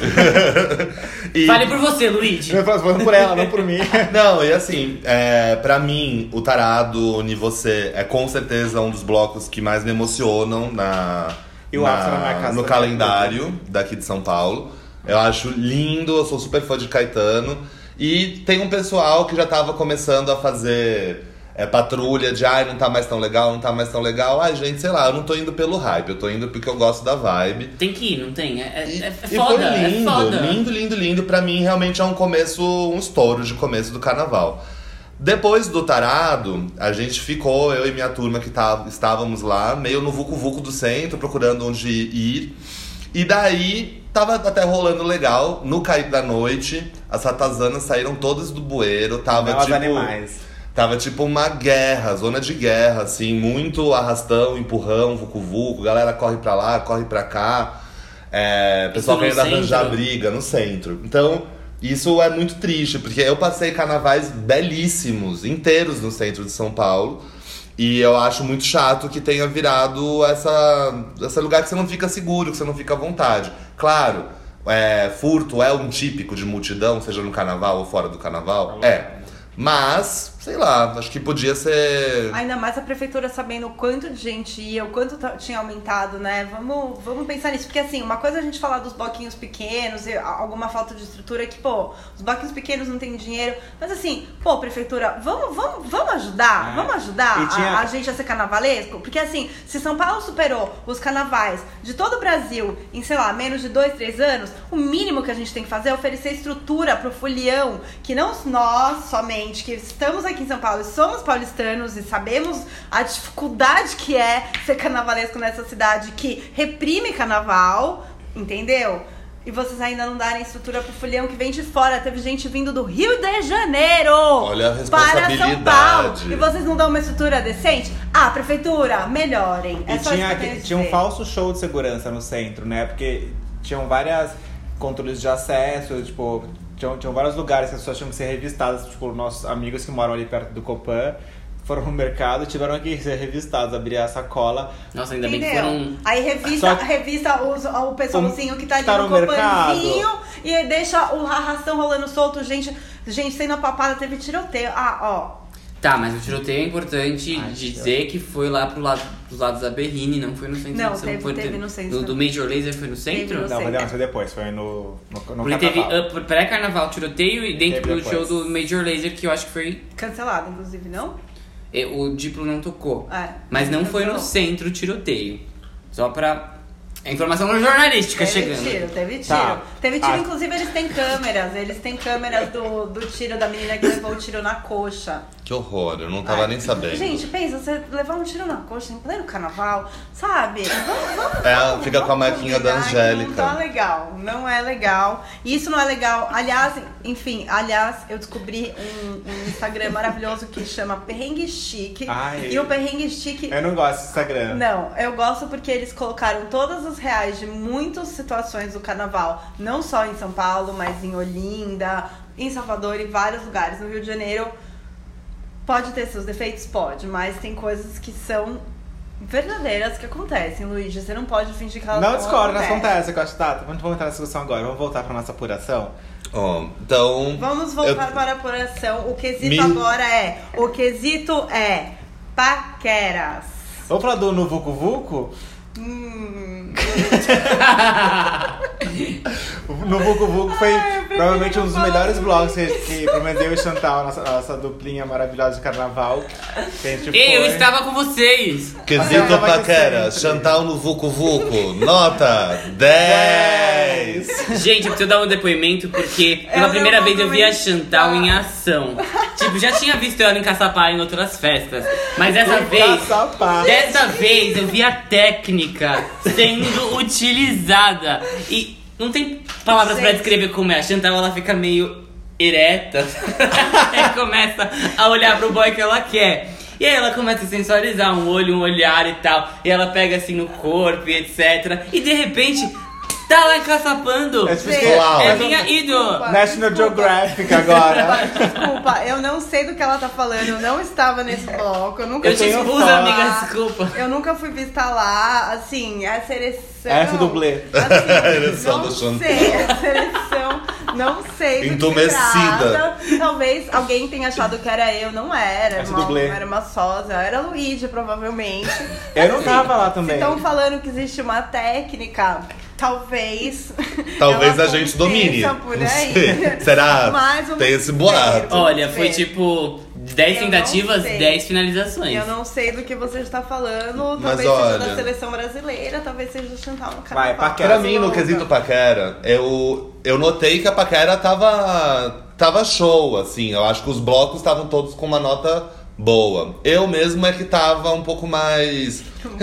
E... Fale por você, Luigi. Eu tô falando por ela, não por mim. Não, e assim, pra mim, o Tarado Ni Você é com certeza um dos blocos que mais me emocionam E o After na minha casa no também. calendário daqui de São Paulo. Eu acho lindo, eu sou super fã de Caetano. E tem um pessoal que já tava começando a fazer patrulha de não tá mais tão legal, não tá mais tão legal. Ai, gente, sei lá, eu não tô indo pelo hype, eu tô indo porque eu gosto da vibe. Tem que ir, não tem? É E foda, foi lindo, é foda. lindo. Pra mim, realmente é um estouro de começo do carnaval. Depois do Tarado, a gente ficou, eu e minha turma que estávamos lá, meio no vucu-vucu do centro, procurando onde ir. E daí, tava até rolando legal. No cair da noite, as ratazanas saíram todas do bueiro. Tava Não, os tipo... animais. Tava tipo uma guerra, zona de guerra, assim. Muito arrastão, empurrão, vucu-vucu. Galera corre pra lá, corre pra cá. Pessoal Isso no querendo arranjar centro? briga no centro. Então, isso é muito triste. Porque eu passei carnavais belíssimos, inteiros no centro de São Paulo. E eu acho muito chato que tenha virado esse lugar que você não fica seguro, que você não fica à vontade. Claro, furto é um típico de multidão, seja no carnaval ou fora do carnaval. Mas, sei lá, acho que podia ser... Ainda mais a prefeitura sabendo o quanto de gente ia, o quanto tinha aumentado, né? Vamos pensar nisso. Porque assim, uma coisa é a gente falar dos bloquinhos pequenos e alguma falta de estrutura que, pô, os bloquinhos pequenos não têm dinheiro. Mas assim, pô, prefeitura, vamos ajudar? Vamos ajudar a gente a ser carnavalesco? Porque assim, se São Paulo superou os carnavais de todo o Brasil em, sei lá, menos de 2, 3 anos, o mínimo que a gente tem que fazer é oferecer estrutura pro folião, que não nós somente, que estamos aqui em São Paulo e somos paulistanos e sabemos a dificuldade que é ser carnavalesco nessa cidade que reprime carnaval, entendeu? E vocês ainda não darem estrutura pro folião que vem de fora. Teve gente vindo do Rio de Janeiro Olha a para São Paulo. responsabilidade. E vocês não dão uma estrutura decente? Prefeitura, melhorem. É E só isso que eu tenho a tinha um dizer. falso show de segurança no centro, né? Porque tinham várias controles de acesso, tipo... Tinham vários lugares que as pessoas tinham que ser revistadas. Tipo, nossos amigos que moram ali perto do Copan foram no mercado e tiveram que ser revistados, abrir a sacola. Nossa, ainda bem que Entendeu? foram... Aí revista o pessoalzinho que tá ali no Copanzinho e aí deixa o arrastão rolando solto, gente sendo apapada, teve tiroteio. Tá, mas o tiroteio é importante dizer que foi lá pros lados da Berrine, não foi no centro. Não, foi teve no centro. Do Major Lazer foi no centro? no Não, centro. mas foi depois, foi no Porque teve pré-carnaval tiroteio e dentro Teve do depois. show do Major Lazer, que eu acho que foi... Cancelado, inclusive, não? O Diplo não tocou. mas Mas não foi no cancelou. centro o tiroteio. Só pra... A informação jornalística chegando. Teve tiro. Tá. Teve tiro, inclusive eles têm câmeras. Eles têm câmeras do tiro da menina que levou o tiro na coxa. Que horror, eu não tava nem sabendo. Gente, pensa, você levar um tiro na coxa em pleno carnaval, sabe? Vamos, fica com a marquinha da Angélica. Não tá legal, não é legal. E isso não é legal. Aliás, eu descobri um Instagram maravilhoso que chama Perrengue Chique. Ai, e o Perrengue Chique... Eu não gosto desse Instagram. Não, eu gosto porque eles colocaram todas as reais de muitas situações do carnaval. Não só em São Paulo, mas em Olinda, em Salvador e vários lugares. No Rio de Janeiro... Pode ter seus defeitos? Pode, mas tem coisas que são verdadeiras que acontecem, Luigi. Você não pode fingir que elas não discordo, acontece. Eu acho que vamos entrar nessa discussão agora. Vamos voltar pra nossa apuração? Então... Vamos voltar para a apuração. O quesito agora é... O quesito é paqueras. Vamos falar do no Vucu Vucu? No Vucu Vucu foi provavelmente um dos melhores blogs que pelo menos eu e Chantal, nossa duplinha maravilhosa de carnaval. Eu estava com vocês! Quesito paquera, Chantal no Vucu Vucu, nota 10! Gente, eu preciso dar um depoimento porque pela primeira vez eu vi a Chantal em ação. Tipo, já tinha visto ela em Caçapá em outras festas, mas dessa vez eu vi a técnica sendo utilizada. E não tem palavras pra descrever como é. A Chantal, ela fica meio ereta e começa a olhar pro boy que ela quer. E aí ela começa a sensualizar um olho, um olhar e tal. E ela pega assim no corpo e etc. E de repente... tá lá encaçapando. É minha ídolo. National Geographic agora. Desculpa, eu não sei do que ela tá falando. Eu não estava nesse bloco. Eu nunca te expus, amiga, desculpa. Eu nunca fui vista lá. Assim, essa ereção... Essa dublê. Assim, ereção do Chantal. Não sei, essa ereção... Não sei do entumecida. Que talvez alguém tenha achado que era eu. Não era. Era uma sósia. Era Luigi, provavelmente. Eu não tava lá também. Estão falando que existe uma técnica... Talvez a gente domine. Por aí. Será? Tem esse boato. Olha, foi tipo 10 tentativas, 10 finalizações. Eu não sei do que você está falando. Talvez seja da seleção brasileira, talvez seja do Chantal no carnaval. Pra mim, no quesito paquera, eu notei que a paquera tava show, assim. Eu acho que os blocos estavam todos com uma nota boa. Eu mesmo é que tava um pouco mais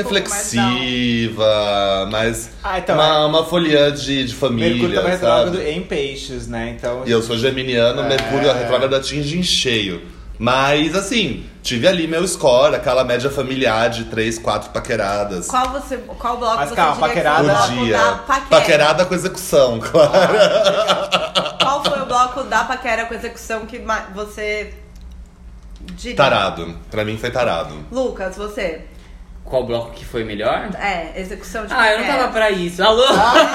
reflexiva, mais uma folha de família. Mercúrio tava retrógrado em peixes, né? Então, e eu sou geminiano, Mercúrio retrógrado atinge em cheio. Mas assim, tive ali meu score, aquela média familiar de 3, 4 paqueradas. Qual bloco mas você calma, paquerada o dia. Paquerada com execução, claro. Qual foi o bloco da paquera com execução que você diria? Tarado. Pra mim foi tarado. Lucas, você? Qual bloco que foi melhor? Execução de eu não tava pra isso. Alô?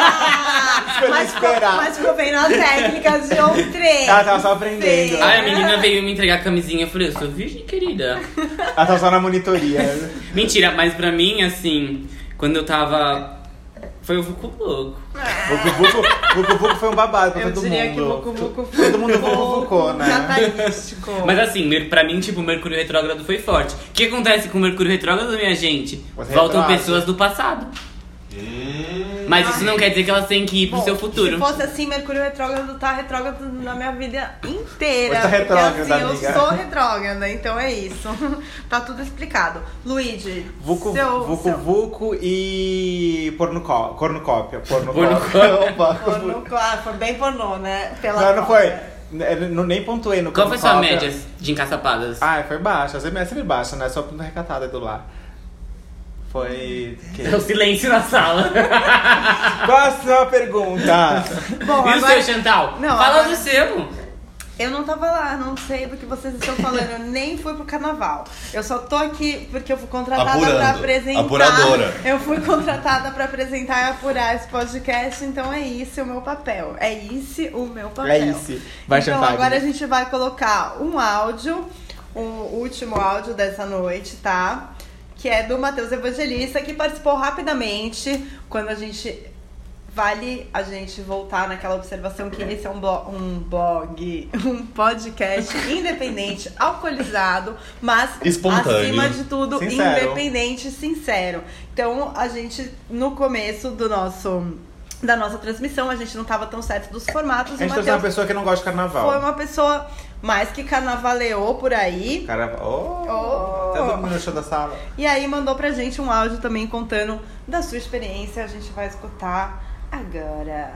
Mas ficou bem nas técnicas de outrem. Ela tava só aprendendo. A menina veio me entregar a camisinha. Eu falei, eu sou virgem, querida. Ela tava só na monitoria. Mentira, mas pra mim, assim, quando eu tava... Foi o Vucu Louco. Vucu Vucu foi um babado pra todo mundo. Eu diria que o Vucu Vucu foi todo mundo Vucu, né? Catalístico. Mas assim, pra mim, tipo, o Mercúrio retrógrado foi forte. O que acontece com o Mercúrio retrógrado, minha gente? Voltam pessoas do passado. Mas isso não quer dizer que elas têm que ir pro seu futuro. Se fosse assim, Mercúrio retrógrado tá retrógrado na minha vida inteira. Você tá retrógrada, porque, assim, amiga. eu sou retrógrada, então é isso. Tá tudo Luigi. Vucu Vucu e cornucópia. Foi bem pornô, né? Não foi. Nem pontuei no Qual foi sua média de encaçapadas? Foi baixa. É sempre baixa, né? Só recatada do lar. Foi... O silêncio na sala. Próxima pergunta. Bom, e o seu, Chantal? Fala do seu. Eu não tava lá, não sei do que vocês estão falando. Eu nem fui pro carnaval. Eu só tô aqui porque eu fui contratada pra apresentar. Apuradora. Eu fui contratada pra apresentar e apurar esse podcast, então é esse o meu papel. É esse o meu papel. É esse. Vai, então Chantal, agora a gente vai colocar um áudio, o último áudio dessa noite, tá? Que é do Matheus Evangelista, que participou rapidamente quando a gente... Vale a gente voltar naquela observação que esse é um podcast independente, alcoolizado, mas espontâneo, acima de tudo, sincero. Independente e sincero. Então, a gente, no começo do nosso da nossa transmissão. A gente não tava tão certo dos formatos. A gente trouxe uma pessoa que não gosta de carnaval. Foi uma pessoa mais que carnavaleou por aí. Carnaval. Até dormindo no chão da sala. E aí mandou pra gente um áudio também contando da sua experiência. A gente vai escutar agora.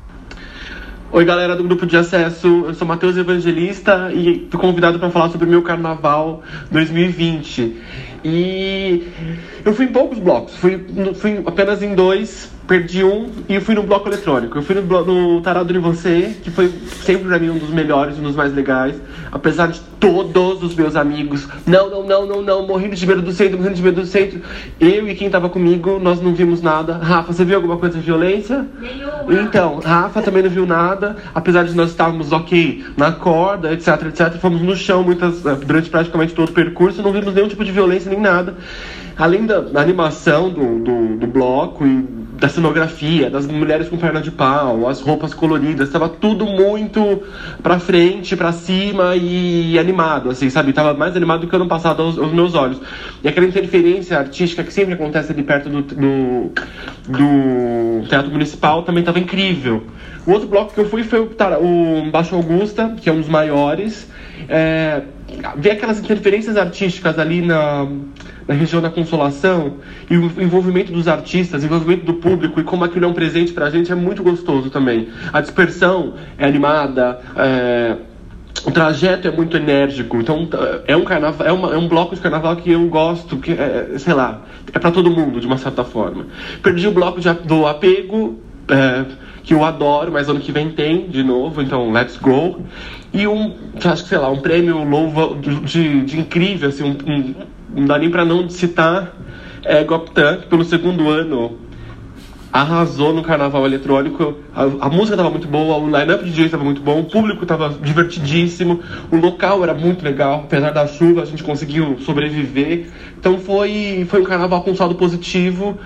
Oi, galera do grupo de acesso, eu sou Matheus Evangelista e fui convidado para falar sobre o meu carnaval 2020. E eu fui em poucos blocos, fui apenas em 2, perdi um e eu fui no bloco eletrônico. Eu fui no Tarado de Você, que foi sempre pra mim um dos melhores, um dos mais legais. Apesar de todos os meus amigos, não, morrendo de medo do centro. Eu e quem tava comigo, nós não vimos nada. Rafa, você viu alguma coisa de violência? Nenhuma. Então, Rafa também não viu nada. Apesar de nós estarmos na corda, etc. Fomos no chão durante praticamente todo o percurso. Não vimos nenhum tipo de violência, nem nada. Além da animação do bloco e da cenografia, das mulheres com perna de pau, as roupas coloridas, tava tudo muito pra frente, pra cima e animado, assim, sabe? Tava mais animado do que ano passado aos meus olhos. E aquela interferência artística que sempre acontece ali perto do Teatro Municipal também tava incrível. O outro bloco que eu fui foi o Baixo Augusta, que é um dos maiores. Ver aquelas interferências artísticas ali na região da Consolação e o envolvimento dos artistas, o envolvimento do público e como aquilo é um presente pra gente é muito gostoso também. A dispersão é animada, o trajeto é muito enérgico, então é um carnaval, é um bloco de carnaval que eu gosto, que sei lá, é pra todo mundo de uma certa forma. Perdi o bloco do Apego, que eu adoro, mas ano que vem tem de novo, então let's go. E acho que, sei lá, um prêmio louva de incrível, assim, não dá nem pra não citar, Goptan, que pelo segundo ano arrasou no carnaval eletrônico. A música tava muito boa, o line-up de DJ tava muito bom, o público tava divertidíssimo, o local era muito legal, apesar da chuva a gente conseguiu sobreviver. Então foi um carnaval com saldo positivo,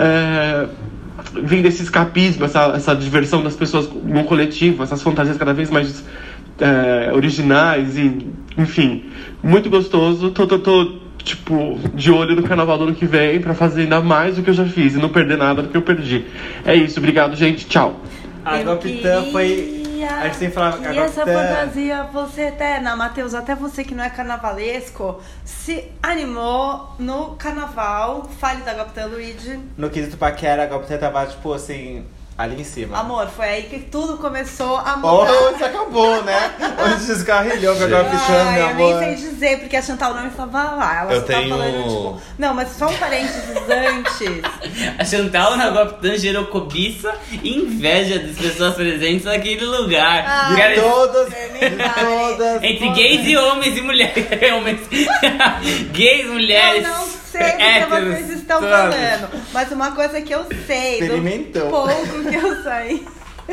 vindo desse escapismo, essa diversão das pessoas no coletivo, essas fantasias cada vez mais originais e, enfim, muito gostoso. Tô tipo, de olho no carnaval do ano que vem pra fazer ainda mais do que eu já fiz e não perder nada do que eu perdi. É isso, obrigado, gente, tchau. A Goptan foi... A gente tem que falar... E essa fantasia você eterna, Matheus, até você que não é carnavalesco, se animou no carnaval. Fale da Goptan, Luigi. No quesito paquera, a Goptan tava, tipo, assim... ali em cima. Amor, foi aí que tudo começou a mudar. Isso acabou, né? Onde descarrilhou pra Goptan, meu amor. Eu nem sei dizer, porque a Chantal não estava lá. Ela só tava falando, tipo... Não, mas só um parênteses antes. A Chantal na Goptan gerou cobiça e inveja das pessoas presentes naquele lugar. De todas. Entre gays e homens e mulheres. Gays, mulheres. Eu não sei o que vocês estão falando. Mas uma coisa que eu sei, experimentou. Do pouco que eu sei.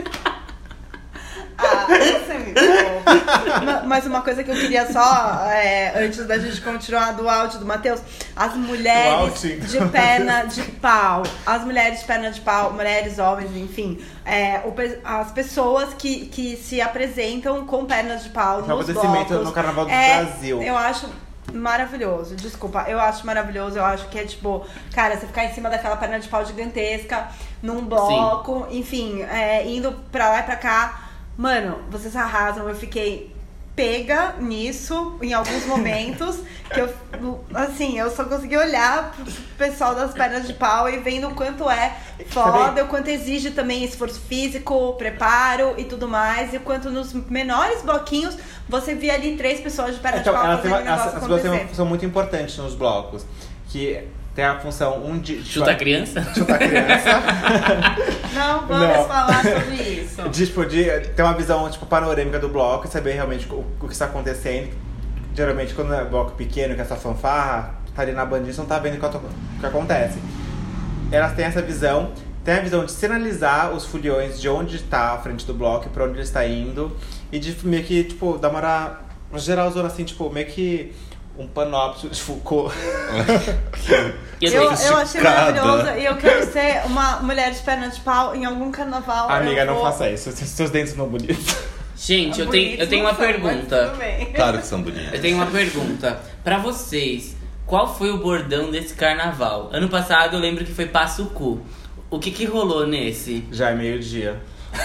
Você me pouco. Mas uma coisa que eu queria só, antes da gente continuar do áudio do Matheus, as mulheres de perna de pau. As mulheres de perna de pau, mulheres, homens, enfim. As pessoas que se apresentam com pernas de pau nos blocos. No Carnaval do Brasil. Eu acho maravilhoso, desculpa, eu acho maravilhoso. Eu acho que é tipo, cara, você ficar em cima daquela perna de pau gigantesca num bloco, enfim, indo pra lá e pra cá. Mano, vocês arrasam. Eu fiquei pega nisso em alguns momentos, que eu só consegui olhar pro pessoal das pernas de pau e vendo o quanto é foda, o quanto exige também esforço físico, preparo e tudo mais, e o quanto nos menores bloquinhos você via ali 3 pessoas de perna de pau fazendo o negócio acontecer. São muito importantes nos blocos, que tem a função Chuta a criança? Chuta a criança. Não vamos falar sobre isso. De ter uma visão panorâmica do bloco e saber realmente o que está acontecendo. Geralmente, quando é bloco pequeno, que é essa fanfarra, tá ali na bandinha, você não tá vendo o que acontece. Elas têm essa visão. Tem a visão de sinalizar os foliões de onde está a frente do bloco e pra onde ele está indo. E de meio que, dar uma geralzona assim, meio que um panóptico de Foucault. Eu achei maravilhoso e eu quero ser uma mulher de perna de pau em algum carnaval. Amiga, não faça isso. Seus dentes são bonitos. Gente, eu tenho uma pergunta. Claro que são bonitos. Eu tenho uma pergunta. Pra vocês, qual foi o bordão desse carnaval? Ano passado eu lembro que foi Passo Cu. O que rolou nesse? Já é meio-dia.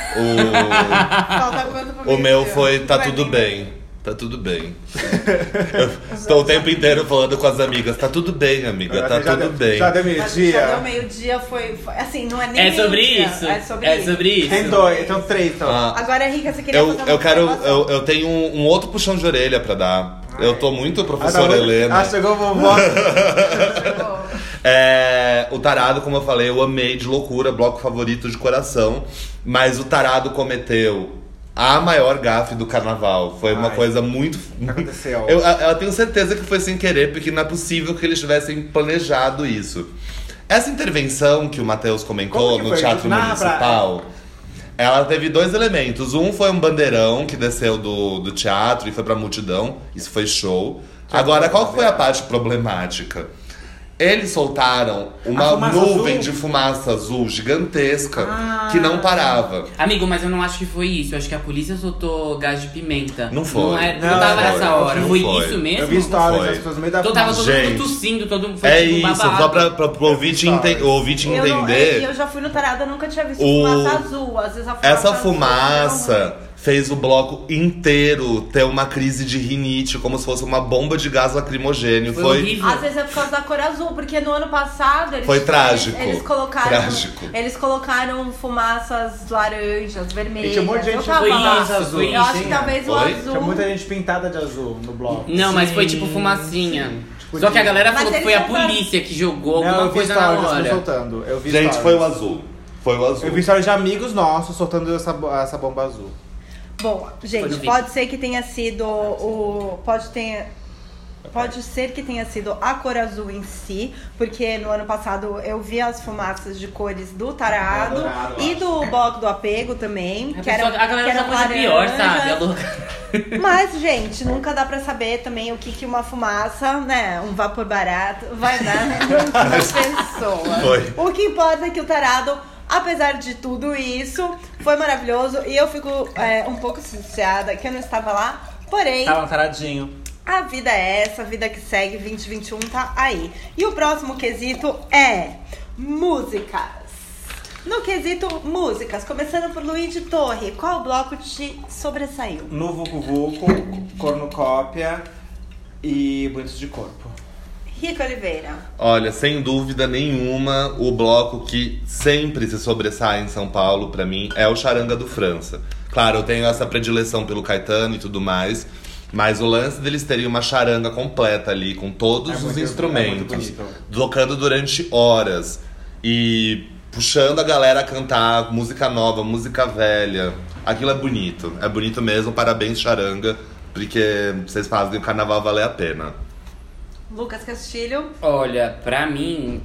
Falta quanto pro O meu meio-dia? foi tá Vai tudo vir. bem. Tá tudo bem. Eu tô o tempo inteiro falando com as amigas. Tá tudo bem, amiga. Tá Já tudo deu- bem. Já deu Mas já deu meio-dia? meio-dia, foi assim, não é nem É sobre meio-dia, isso? É sobre É isso. sobre isso? Tem dois, então três, então. Ah, Agora, Rica, você queria fazer uma eu quero. observação. Eu tenho um outro puxão de orelha pra dar. Eu tô muito professora Ah, Helena. chegou a vovó. O Tarado, como eu falei, eu amei de loucura, bloco favorito de coração. Mas o Tarado cometeu a maior gafe do carnaval. Foi uma Ai. coisa muito. Aconteceu. Eu tenho certeza que foi sem querer, porque não é possível que eles tivessem planejado isso. Essa intervenção que o Matheus comentou Como que no foi? Teatro Narra Municipal, ela teve dois elementos. Um foi um bandeirão que desceu do teatro e foi pra multidão. Isso foi show. Agora, qual que foi a parte problemática? Eles soltaram uma fumaça nuvem azul? de fumaça azul gigantesca que não parava. Amigo, mas eu não acho que foi isso. Eu acho que a polícia soltou gás de pimenta. Não foi. Não, Não não tava foi. nessa hora. Não Foi foi. isso mesmo? Eu vi histórias foi. das pessoas no meio da Então tava todo Gente, mundo tossindo, todo mundo foi É tipo um isso, babado. só pra o ouvinte, o ouvinte Eu não- entender. eu já fui no Tarado, eu nunca tinha visto O- fumaça azul. Às vezes a fumaça Essa azul fumaça fez o bloco inteiro ter uma crise de rinite, como se fosse uma bomba de gás lacrimogêneo. Foi Foi horrível. Às vezes é por causa da cor azul, porque no ano passado eles Foi trágico. Eles colocaram, Trágico. eles colocaram fumaças laranjas, vermelhas. E tinha um monte de gente Eu tava Foi lá. isso, azul. foi Eu acho que Tinha. talvez o Oi? azul. Tinha muita gente pintada de azul no bloco. Não, mas foi Sim, tipo fumacinha. sim. Tipo Só que a de- galera Mas falou que eles foi a soltaram- polícia que jogou Não, alguma eu vi coisa na stories das pessoas hora. soltando. Eu vi Gente, stories. foi o azul. Foi o azul. Eu vi histórias de amigos nossos soltando essa bomba azul. Bom, Foi gente, no vídeo. pode ser que tenha sido o. Pode ser que tenha sido a cor azul em si, porque no ano passado eu vi as fumaças de cores do Tarado Dourado, e acho. do bloco do apego também. A, Que era, pessoa- a galera que já eram coisa pior, laranjas. sabe? A louca. Mas, gente, nunca dá pra saber também o que uma fumaça, né? Um vapor barato vai dar na pessoa. Foi. O que importa é que o Tarado, apesar de tudo isso, foi maravilhoso. E eu fico um pouco chateada que eu não estava lá. Porém, Tava um taradinho. a vida é essa, a vida que segue, 2021 tá aí. E o próximo quesito é músicas. No quesito músicas, começando por Luigi Torre, qual bloco te sobressaiu? No Vucu Vucu, Cornucópia e Bonitos de Corpo. Rico Oliveira. Olha, sem dúvida nenhuma, o bloco que sempre se sobressai em São Paulo, pra mim, é o Charanga do França. Claro, eu tenho essa predileção pelo Caetano e tudo mais, mas o lance deles terem uma charanga completa ali, com todos É os muito instrumentos, bonito. tocando durante horas e puxando a galera a cantar música nova, música velha. Aquilo é bonito mesmo. Parabéns, Charanga, porque vocês fazem o carnaval valer a pena. Lucas Castilho. Olha, pra mim,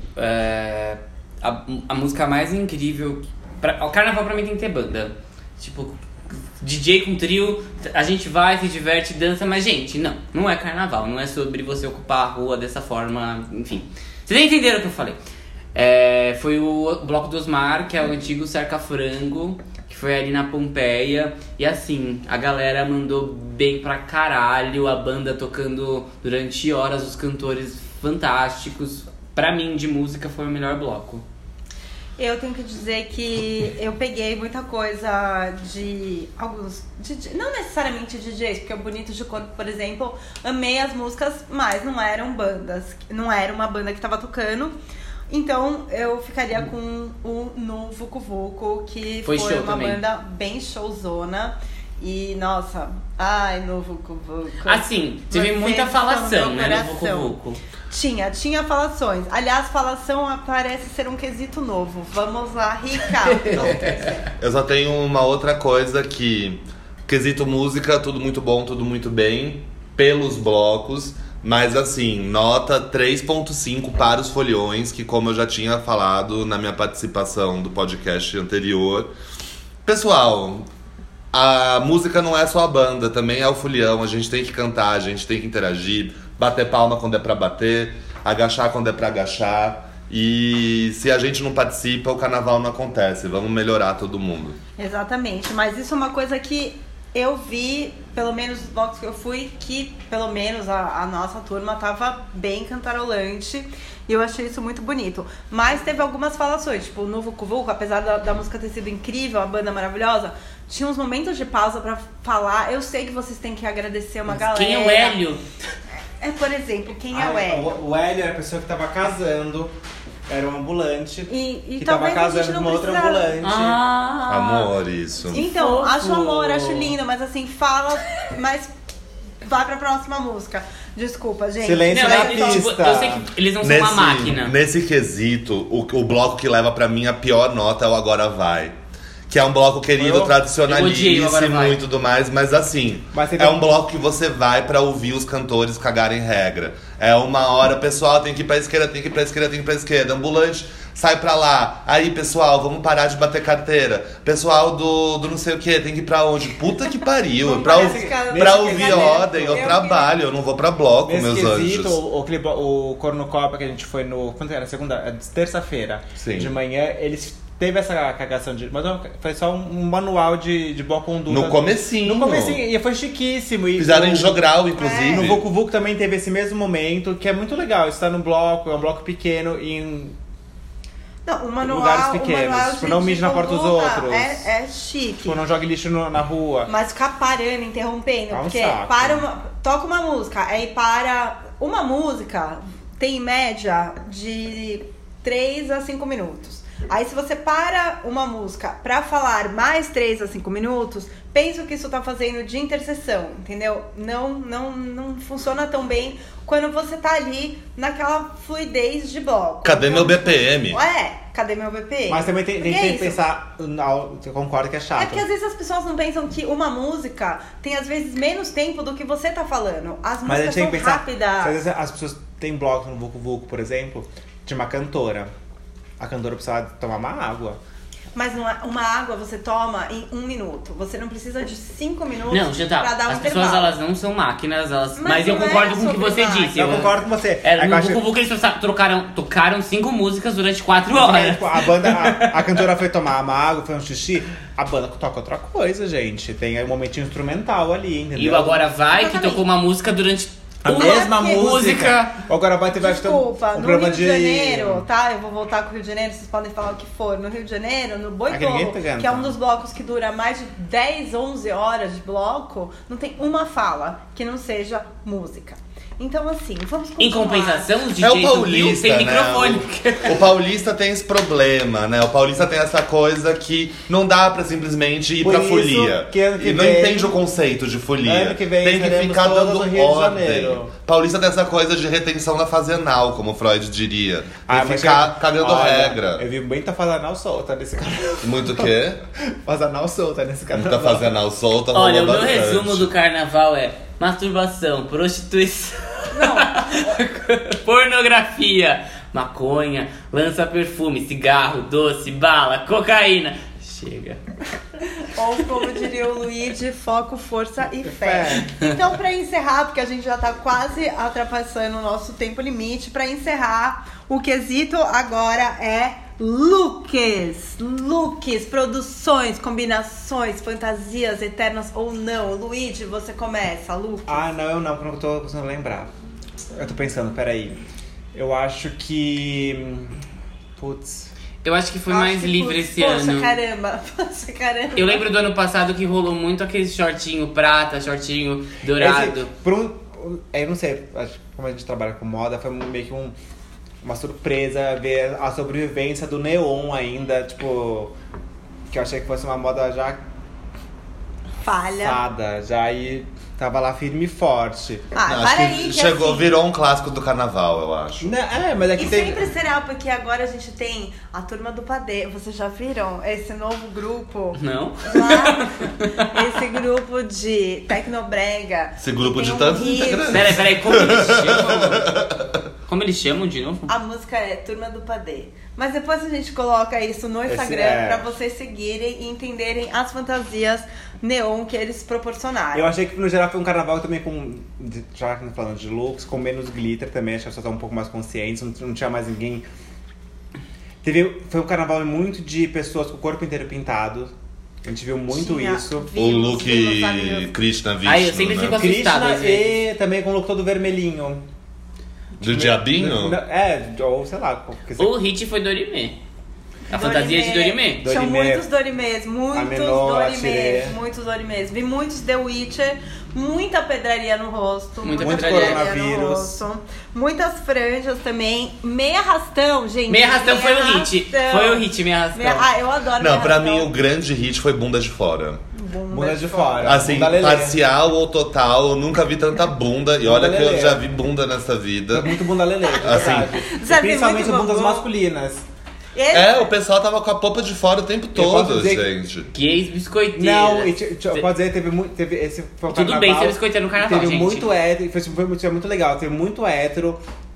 a música mais incrível. O carnaval pra mim tem que ter banda. Tipo, DJ com trio, a gente vai, se diverte, dança, mas, gente, não é carnaval, não é sobre você ocupar a rua dessa forma, enfim. Vocês nem entenderam o que eu falei. Foi o Bloco do Osmar, que é o antigo Cerca Frango, que foi ali na Pompeia. E assim, a galera mandou bem pra caralho, a banda tocando durante horas, os cantores fantásticos. Pra mim, de música, foi o melhor bloco. Eu tenho que dizer que eu peguei muita coisa de alguns DJ, não necessariamente DJs, porque o Bonito de Corpo, por exemplo, amei as músicas, mas não eram bandas, não era uma banda que tava tocando. Então eu ficaria com o No Vucu Vucu, que Foi foi show uma também. banda bem showzona. E nossa, ai, No Vucu Vucu. Assim, teve Vocês muita estão falação, no né, meu no Vucu coração. Vucu. Tinha falações. Aliás, falação parece ser um quesito novo. Vamos lá, Rica. Eu só tenho uma outra coisa que... Quesito música, tudo muito bom, tudo muito bem, pelos blocos. Mas assim, nota 3.5 para os foliões, que como eu já tinha falado na minha participação do podcast anterior. Pessoal, a música não é só a banda, também é o folião. A gente tem que cantar, a gente tem que interagir, bater palma quando é pra bater, agachar quando é pra agachar. E se a gente não participa, o carnaval não acontece. Vamos melhorar todo mundo. Exatamente, mas isso é uma coisa que eu vi, pelo menos os blocos que eu fui, que pelo menos a nossa turma tava bem cantarolante. E eu achei isso muito bonito. Mas teve algumas falações, tipo, no Vucu Vucu, apesar da música ter sido incrível, a banda maravilhosa, tinha uns momentos de pausa pra falar. Eu sei que vocês têm que agradecer uma galera. Quem é o Hélio? Por exemplo, quem é o Hélio? O Hélio era a pessoa que tava casando, era um ambulante, E que tava talvez a gente casando não com uma outra precisava- ambulante. Amor, isso. Então, fofo. acho amor, acho lindo, mas assim, fala, mas vai pra próxima música. Desculpa, gente. Silêncio Não, na tipo, pista. eu sei que eles não são uma máquina. Nesse quesito, o bloco que leva pra mim a pior nota é o Agora Vai. Que é um bloco querido, Eu odiei o Agora tradicionalíssimo Vai. e tudo mais, mas assim, Mas você é tem um bloco que você vai pra ouvir os cantores cagarem regra. É uma hora, pessoal, tem que ir pra esquerda, tem que ir pra esquerda, tem que ir pra esquerda. Ambulante, sai pra lá. Aí, pessoal, vamos parar de bater carteira. Pessoal do não sei o que, tem que ir pra onde? Puta que pariu. Não Pra, parece cara- pra nesse ouvir quesito, ordem, eu eu trabalho, eu não vou pra bloco, Nesse meus quesito, anjos. o Cornucópia que a gente foi no... Quando era? Terça-feira. Sim. De manhã, eles... Teve essa cagação de... Mas foi só um manual de boa conduta. No comecinho. No comecinho. E foi chiquíssimo. E Fizeram em o- jogral, inclusive. No Vucu Vucu também teve esse mesmo momento, que é muito legal. Isso tá no bloco, é um bloco pequeno em Não, o manual, lugares pequenos. o manual Tipo, não mije na porta dos conduta outros. É chique. Tipo, não jogue lixo na rua. Mas ficar parando, interrompendo. É um porque saco. toca uma música, aí para. Uma música tem em média de 3 a 5 minutos. Aí se você para uma música pra falar mais 3 a 5 minutos, pensa o que isso tá fazendo de interseção, entendeu? Não funciona tão bem quando você tá ali naquela fluidez de bloco. Cadê meu BPM? Cadê meu BPM? Mas também tem Porque é que isso. pensar... Eu concordo que é chato. É porque às vezes as pessoas não pensam que uma música tem às vezes menos tempo do que você tá falando. As Mas a músicas gente tem são que pensar... rápidas. Às vezes as pessoas têm blocos no Vucu Vucu, por exemplo, de uma cantora. A cantora precisa tomar uma água. Mas uma água você toma em 1 minuto. Você não precisa de 5 minutos Não, já pra tá. dar um As pessoas, intervalo. elas não são máquinas, mas eu não é concordo com o que sobre você máquina. disse. Eu concordo com você. É, É que eu no acho- Vucu Vucu eles tocaram 5 músicas durante 4 horas. Tipo, a cantora foi tomar uma água, foi um xixi. A banda toca outra coisa, gente. Tem aí um momentinho instrumental ali, entendeu? E o Agora Vai, que Exatamente. tocou uma música durante A uma mesma porque- música. O Agora vai ter Desculpa, um no programa Rio de Janeiro, tá? Eu vou voltar com o Rio de Janeiro, vocês podem falar o que for. No Rio de Janeiro, no Boi Aqui ninguém Torro, tá que é um dos blocos que dura mais de 10, 11 horas de bloco, não tem uma fala que não seja música. Então, assim, vamos continuar. Em compensação, os É o DJs do Rio paulista, tem né? microfone. O paulista tem esse problema, né? O paulista tem essa coisa que não dá pra simplesmente ir Por pra isso folia. que ano que E não vem- entende o conceito de folia. Ano que vem tem que estaremos ficar todos dando no Rio de ordem. Janeiro. Paulista tem essa coisa de retenção da fase anal, como Freud diria. Ah, E mas ficar cagando olha, regra. Eu vi muita fase anal solta nesse canal. Muito o quê? Fase anal solta nesse canal. Muita fase anal solta. Olha, o rolou meu bastante. resumo do carnaval é masturbação, prostituição, pornografia, maconha, lança-perfume, cigarro, doce, bala, cocaína. Chega. Ou como diria o Luigi, foco, força e fé. Então, pra encerrar, porque a gente já tá quase ultrapassando o nosso tempo limite, pra encerrar, o quesito agora é looks. Looks, produções, combinações, fantasias eternas ou não. Luigi, você começa, look. Ah, não, eu não, porque eu não tô conseguindo lembrar. Eu tô pensando, peraí. Eu acho que... Putz... Eu acho que foi mais livre esse ano. Poxa, caramba. Eu lembro do ano passado que rolou muito aquele shortinho prata, shortinho dourado. Eu não sei, acho que como a gente trabalha com moda, foi meio que uma surpresa ver a sobrevivência do neon ainda, tipo... Que eu achei que fosse uma moda já Falha. passada, já aí tava lá firme e forte. Ah, Acho para que aí que chegou, assim, virou um clássico do carnaval, eu acho. Mas é que E tem... sempre será, porque agora a gente tem a Turma do Padê. Vocês já viram esse novo grupo? Não? Lá, esse grupo de Tecnobrega. Esse grupo Tem de um tantos hit. integrantes. Peraí, como eles chamam? Como eles chamam de novo? A música é Turma do Padê. Mas depois a gente coloca isso no Instagram pra vocês seguirem e entenderem as fantasias neon que eles proporcionaram. Eu achei que no geral foi um carnaval também com... Já falando de looks, com menos glitter também. Acho que as pessoas estavam um pouco mais conscientes, não tinha mais ninguém... Foi um carnaval muito de pessoas com o corpo inteiro pintado. A gente viu muito Tinha. isso. O look Vimos, amigos. Krishna Vishnu, Ai, eu sempre né? fico assustado Krishna às vezes. e também com o look todo vermelhinho. Do diabinho? Ou sei lá. Porque O hit foi Dorime. A fantasia de Dorime. Tinham Dorime. muitos Dorimês, Amenô, Atire. muitos Dorimês. Vi muitos The Witcher, muita pedraria no rosto. Muita Muito pedraria. coronavírus. rosto. Muitas franjas também. Meia arrastão, gente. Meia arrastão foi o hit. arrastão. Foi o hit, meia arrastão. Eu adoro Não, meia pra arrastão. mim o grande hit foi Bunda de Fora. Bunda de fora. Assim, Bunda lelê. parcial ou total, eu nunca vi tanta bunda. E olha Bunda que eu lelê. já vi bunda nessa vida. Foi muito bunda lelê, de Assim. verdade. Já vi Principalmente muito bundas bambu. masculinas. O pessoal tava com a polpa de fora o tempo posso todo, dizer gente. Gays biscoiteiras. Não, e pode dizer, teve esse foi o Tudo carnaval, bem ser biscoiteiro no carnaval, teve gente. muito hétero, foi muito legal. Teve muito hétero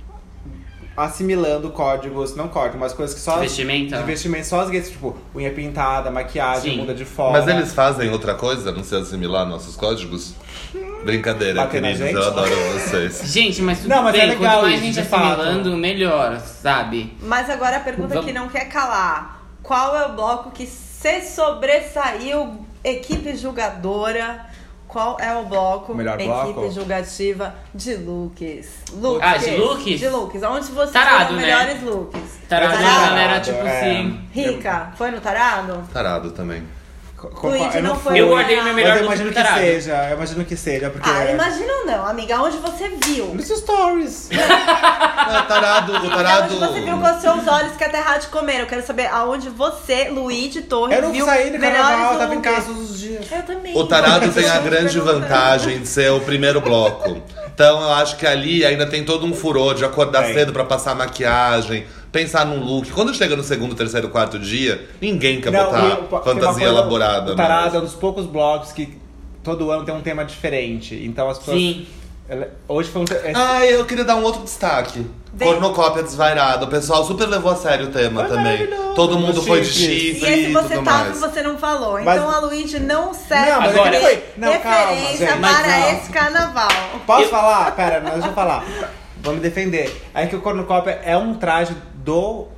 assimilando códigos, não códigos, mas coisas que só... De vestimenta? De vestimenta, só as gays, tipo, unha pintada, maquiagem, Sim. bunda de fora. Mas eles fazem outra coisa, não se assimilar nossos códigos? Brincadeira, Bater na queridos, gente? eu adoro vocês. Gente, mas tudo Não, mas bem. é legal Quanto mais isso, gente de fato. assimilando, melhor, sabe? Mas agora a pergunta Vamos. que não quer calar. Qual é o bloco que se sobressaiu? Equipe julgadora. Qual é o bloco? Melhor Equipe bloco? julgativa de looks. Ah, de looks? De looks. Onde vocês Tarado, foram né? melhores looks? Tarado, a Tarado, galera, tipo é. assim. Rica, foi no tarado? Tarado também. Luigi Eu não foi. Eu guardei meu melhor Mas eu look imagino do que tarado. seja, eu imagino que seja, porque... Ah, imagina não, amiga. Onde você viu? Nos stories. O tarado. Onde você viu com os seus olhos que a terra de comer. Eu quero saber aonde você, Luigi Torres, Eu não viu saí do carnaval, eu melhores tava em looks. casa todos os dias. Eu também. O tarado tem a Eu grande perguntando. vantagem de ser o primeiro bloco. Então eu acho que ali ainda tem todo um furor de acordar Tem. cedo pra passar maquiagem, pensar num look. Quando chega no segundo, terceiro, quarto dia, ninguém quer Não, botar tem uma fantasia coisa- elaborada. O Tarado é um dos poucos blogs que todo ano tem um tema diferente. Então as pessoas... Sim. Hoje foi um... Eu queria dar um outro destaque. Vem. Cornucópia desvairada. O pessoal super levou a sério o tema Foi também. maravilhoso. Todo mundo Os foi de chifres. E chifre esse e você tudo tava mais. e você não falou. Mas- Então a Luigi não serve Não, mas de agora- foi- não, calma, referência gente. Mas para não. esse carnaval. Posso falar? Pera, deixa eu falar. Vou me defender. É que o cornucópia é um traje do...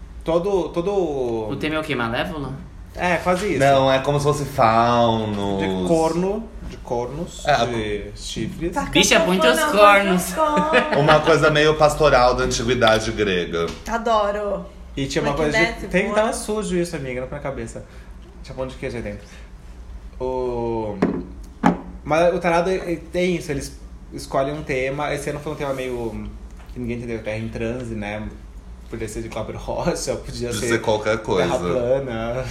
Todo... O tema é o quê? Malévola? É, quase isso. Não, é como se fosse fauno. De corno, de cornos, É, de chifres. Bicha, põe teus cornos. Uma coisa meio pastoral da antiguidade grega. Adoro. E tinha uma Mas que coisa desce, de... Tem que voa. tava sujo isso, amiga, não pra cabeça. Tinha pão de queijo aí dentro. Mas o tarado tem isso, eles escolhem um tema. Esse ano foi um tema meio... que ninguém entendeu, terra em transe, né? Podia ser de Cláudio Rocha, podia De ser... ser qualquer coisa. Terra plana.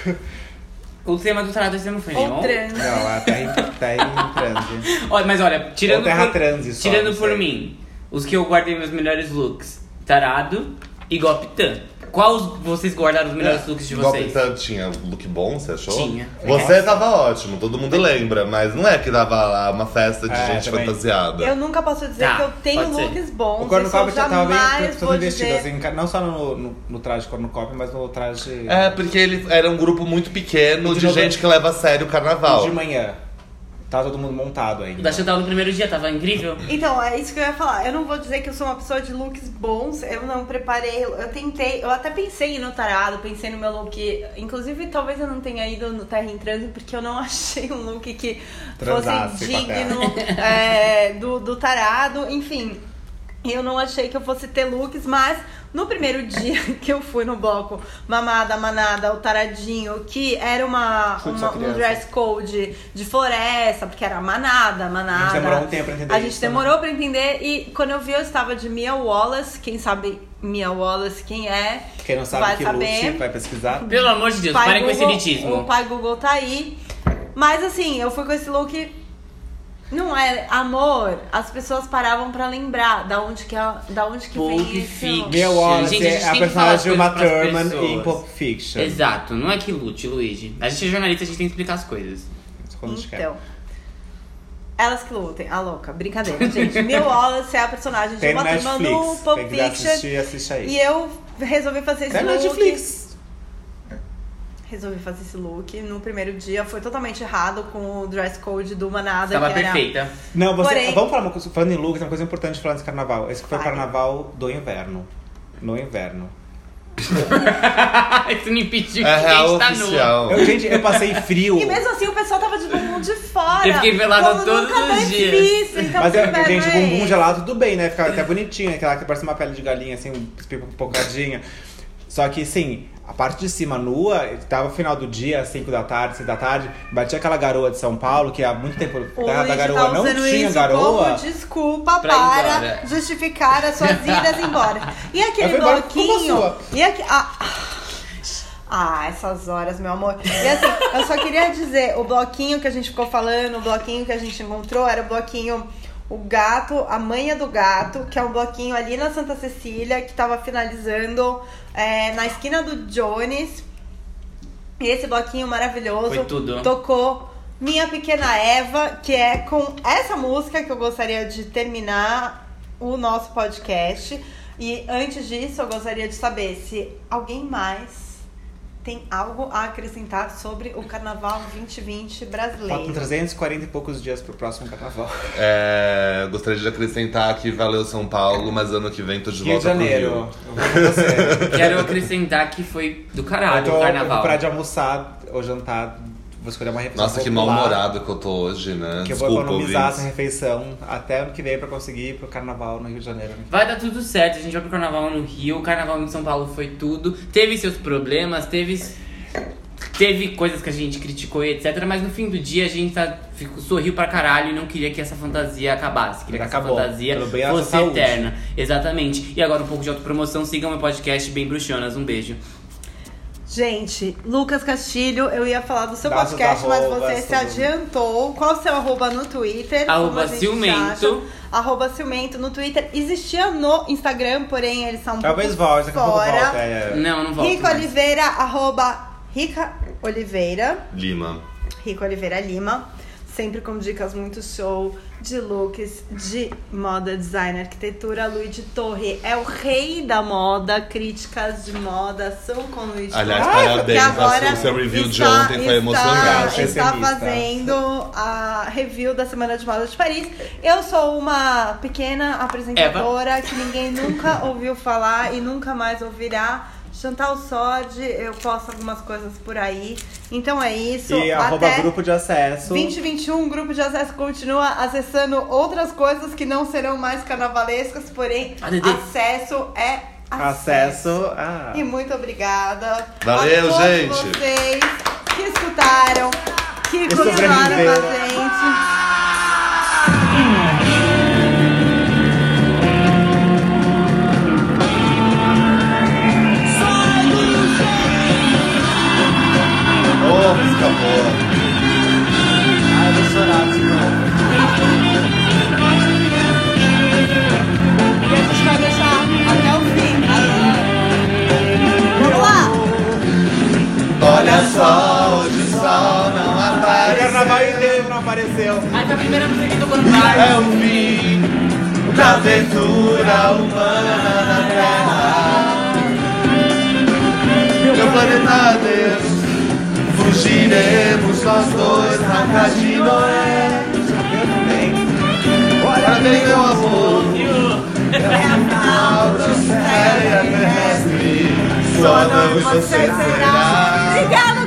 O tema do tarado esse ano foi Ou neon? trans. Não, a terra em transe. Olha, mas olha, tirando Ou terra por, transe só, tirando não por sei. mim, os que eu guardei meus melhores looks, tarado e Goptan. Qual vocês guardaram os melhores looks de vocês? Goptan tinha look bom, você achou? Tinha. Você tava ótimo, todo mundo lembra, mas não é que dava lá uma festa de gente também. fantasiada. Eu nunca posso dizer Tá, que eu tenho pode ser. looks bons. O cornucópia isso eu já tava bem jamais todo vou investido, dizer. assim, não só no traje cornucópia, mas no traje É, porque ele era um grupo muito pequeno E de de novo- gente que leva a sério o carnaval. de manhã. Tava todo mundo montado O ainda. da Chantal no primeiro dia tava incrível. Então, é isso que eu ia falar. Eu não vou dizer que eu sou uma pessoa de looks bons. Eu não preparei. Eu tentei. Eu até pensei em ir no tarado, pensei no meu look. Inclusive, talvez eu não tenha ido no Terra em Transe, porque eu não achei um look que Transasse fosse com a terra. digno do tarado. Enfim, eu não achei que eu fosse ter looks, mas no primeiro dia que eu fui no bloco Mamada, Manada, o Taradinho, que era Chute essa um criança. dress code de floresta, porque era manada. A gente demorou um tempo pra entender A gente isso, demorou pra entender e quando eu vi eu estava de Mia Wallace. Quem sabe Mia Wallace quem é? Quem não sabe vai que saber. look, vai pesquisar. Pelo amor de Deus, parem com esse elitismo. O pai Google tá aí. Mas assim, eu fui com esse look. Não é amor. As pessoas paravam pra lembrar da onde que Pulp vem esse Fiction. nome. Mia Wallace Gente, a gente é a tem que falar as personagem de Uma coisas pras Thurman pessoas. em Pulp Fiction. Exato, não é que lute, Luigi. A gente é jornalista, a gente tem que explicar as coisas. Quando a gente quer. Então. Elas que lutem. A louca. Brincadeira, gente. Mia Wallace é a personagem de Tem no Uma Turma no Netflix. Pulp Tem que Fiction. assiste aí. E eu resolvi fazer esse Tem no look. Netflix. Resolvi fazer esse look. No primeiro dia foi totalmente errado com o dress code do Manada. Tava que era... perfeita. Não, Porém- vamos falar uma coisa. Falando em look, tem uma coisa importante de falar nesse carnaval. Esse que foi o Vai. carnaval do inverno. No inverno. Isso não impediu É que a real gente tá oficial. Eu passei frio. E mesmo assim o pessoal tava de bumbum de fora. Eu fiquei pelada como todos nunca os antes dias. visto, então Mas que inverno gente, é bumbum esse? gelado, tudo bem, né? Fica até bonitinho, aquela que parece uma pele de galinha, assim, pipocadinha. Só que, sim, a parte de cima nua, tava no final do dia, 5 da tarde, 6 da tarde, batia aquela garoa de São Paulo, que há muito tempo O terra da Luigi garoa tá não usando tinha isso garoa. como desculpa Pra ir para embora. justificar as suas idas embora. E Eu aquele fui embora com a bloquinho. sua. E essas horas, meu amor. E assim, eu só queria dizer, o bloquinho que a gente ficou falando, o bloquinho que a gente encontrou, era o bloquinho O Gato, a Manha do Gato, que é um bloquinho ali na Santa Cecília, que tava finalizando na esquina do Jones. E esse bloquinho maravilhoso Foi tudo. tocou Minha Pequena Eva, que é com essa música que eu gostaria de terminar o nosso podcast. E antes disso, eu gostaria de saber se alguém mais tem algo a acrescentar sobre o Carnaval 2020 brasileiro. Faltam 340 e poucos dias pro próximo carnaval. Gostaria de acrescentar que valeu São Paulo, mas ano que vem tô de Rio de volta pro Janeiro. Rio. Eu vou com você. Quero acrescentar que foi do caralho Eu o vou carnaval. parar de almoçar ou jantar. Vou escolher uma refeição. Nossa, que popular, mal-humorado que eu tô hoje, né? Que eu vou Desculpa, economizar ouvintes. essa refeição até ano que vem pra conseguir ir pro carnaval no Rio de Janeiro. Vai dar tudo certo, a gente vai pro carnaval no Rio, o carnaval em São Paulo foi tudo. Teve seus problemas, teve coisas que a gente criticou e etc. Mas no fim do dia a gente sorriu pra caralho e não queria que essa fantasia acabasse. Queria que Acabou. essa fantasia Pelo bem da fosse saúde. eterna. Exatamente. E agora um pouco de autopromoção, sigam meu podcast Bem Bruxonas. Um beijo. Gente, Lucas Castilho, eu ia falar do seu Dá seus podcast, mas arrobas, você se todo mundo. adiantou. Qual o seu arroba no Twitter? Arroba Como a gente ciumento. acha? Arroba ciumento no Twitter. Existia no Instagram, porém eles são um Talvez pouco volte, daqui a pouco fora. volta. Não volto Rico mais. Oliveira, arroba Rica Oliveira. Lima. Rico Oliveira Lima. Sempre com dicas muito show de looks, de moda, design, arquitetura. Luiz Torre é o rei da moda, críticas de moda são com o Luiz Aliás, Torre. parabéns, que agora o seu review de ontem foi emocionante. Está Pessimista. fazendo a review da Semana de Moda de Paris. Eu sou uma pequena apresentadora que ninguém nunca ouviu falar e nunca mais ouvirá. Chantal Sode, eu posto algumas coisas por aí. Então é isso. E arroba Até grupo de acesso. 2021, o grupo de acesso continua acessando outras coisas que não serão mais carnavalescas, porém, ADD. acesso é acesso. Acesso. E muito obrigada Valeu, a todos gente. vocês que escutaram, que Que continuaram com sobreviveram. a gente. Oh, música boa. Ai, eu vou chorar de novo. E a gente vai deixar até o fim. Vamos lá! Olha só, hoje o sol não O aparece. carnaval inteiro não apareceu. Ai, foi a primeira música que tocou no bar. É o fim da aventura humana na Terra. Meu planeta Deus, fugiremos nós dois na casa de Noé. Olha bem, meu amor, Odisseia terrestre, só não você será. Obrigada,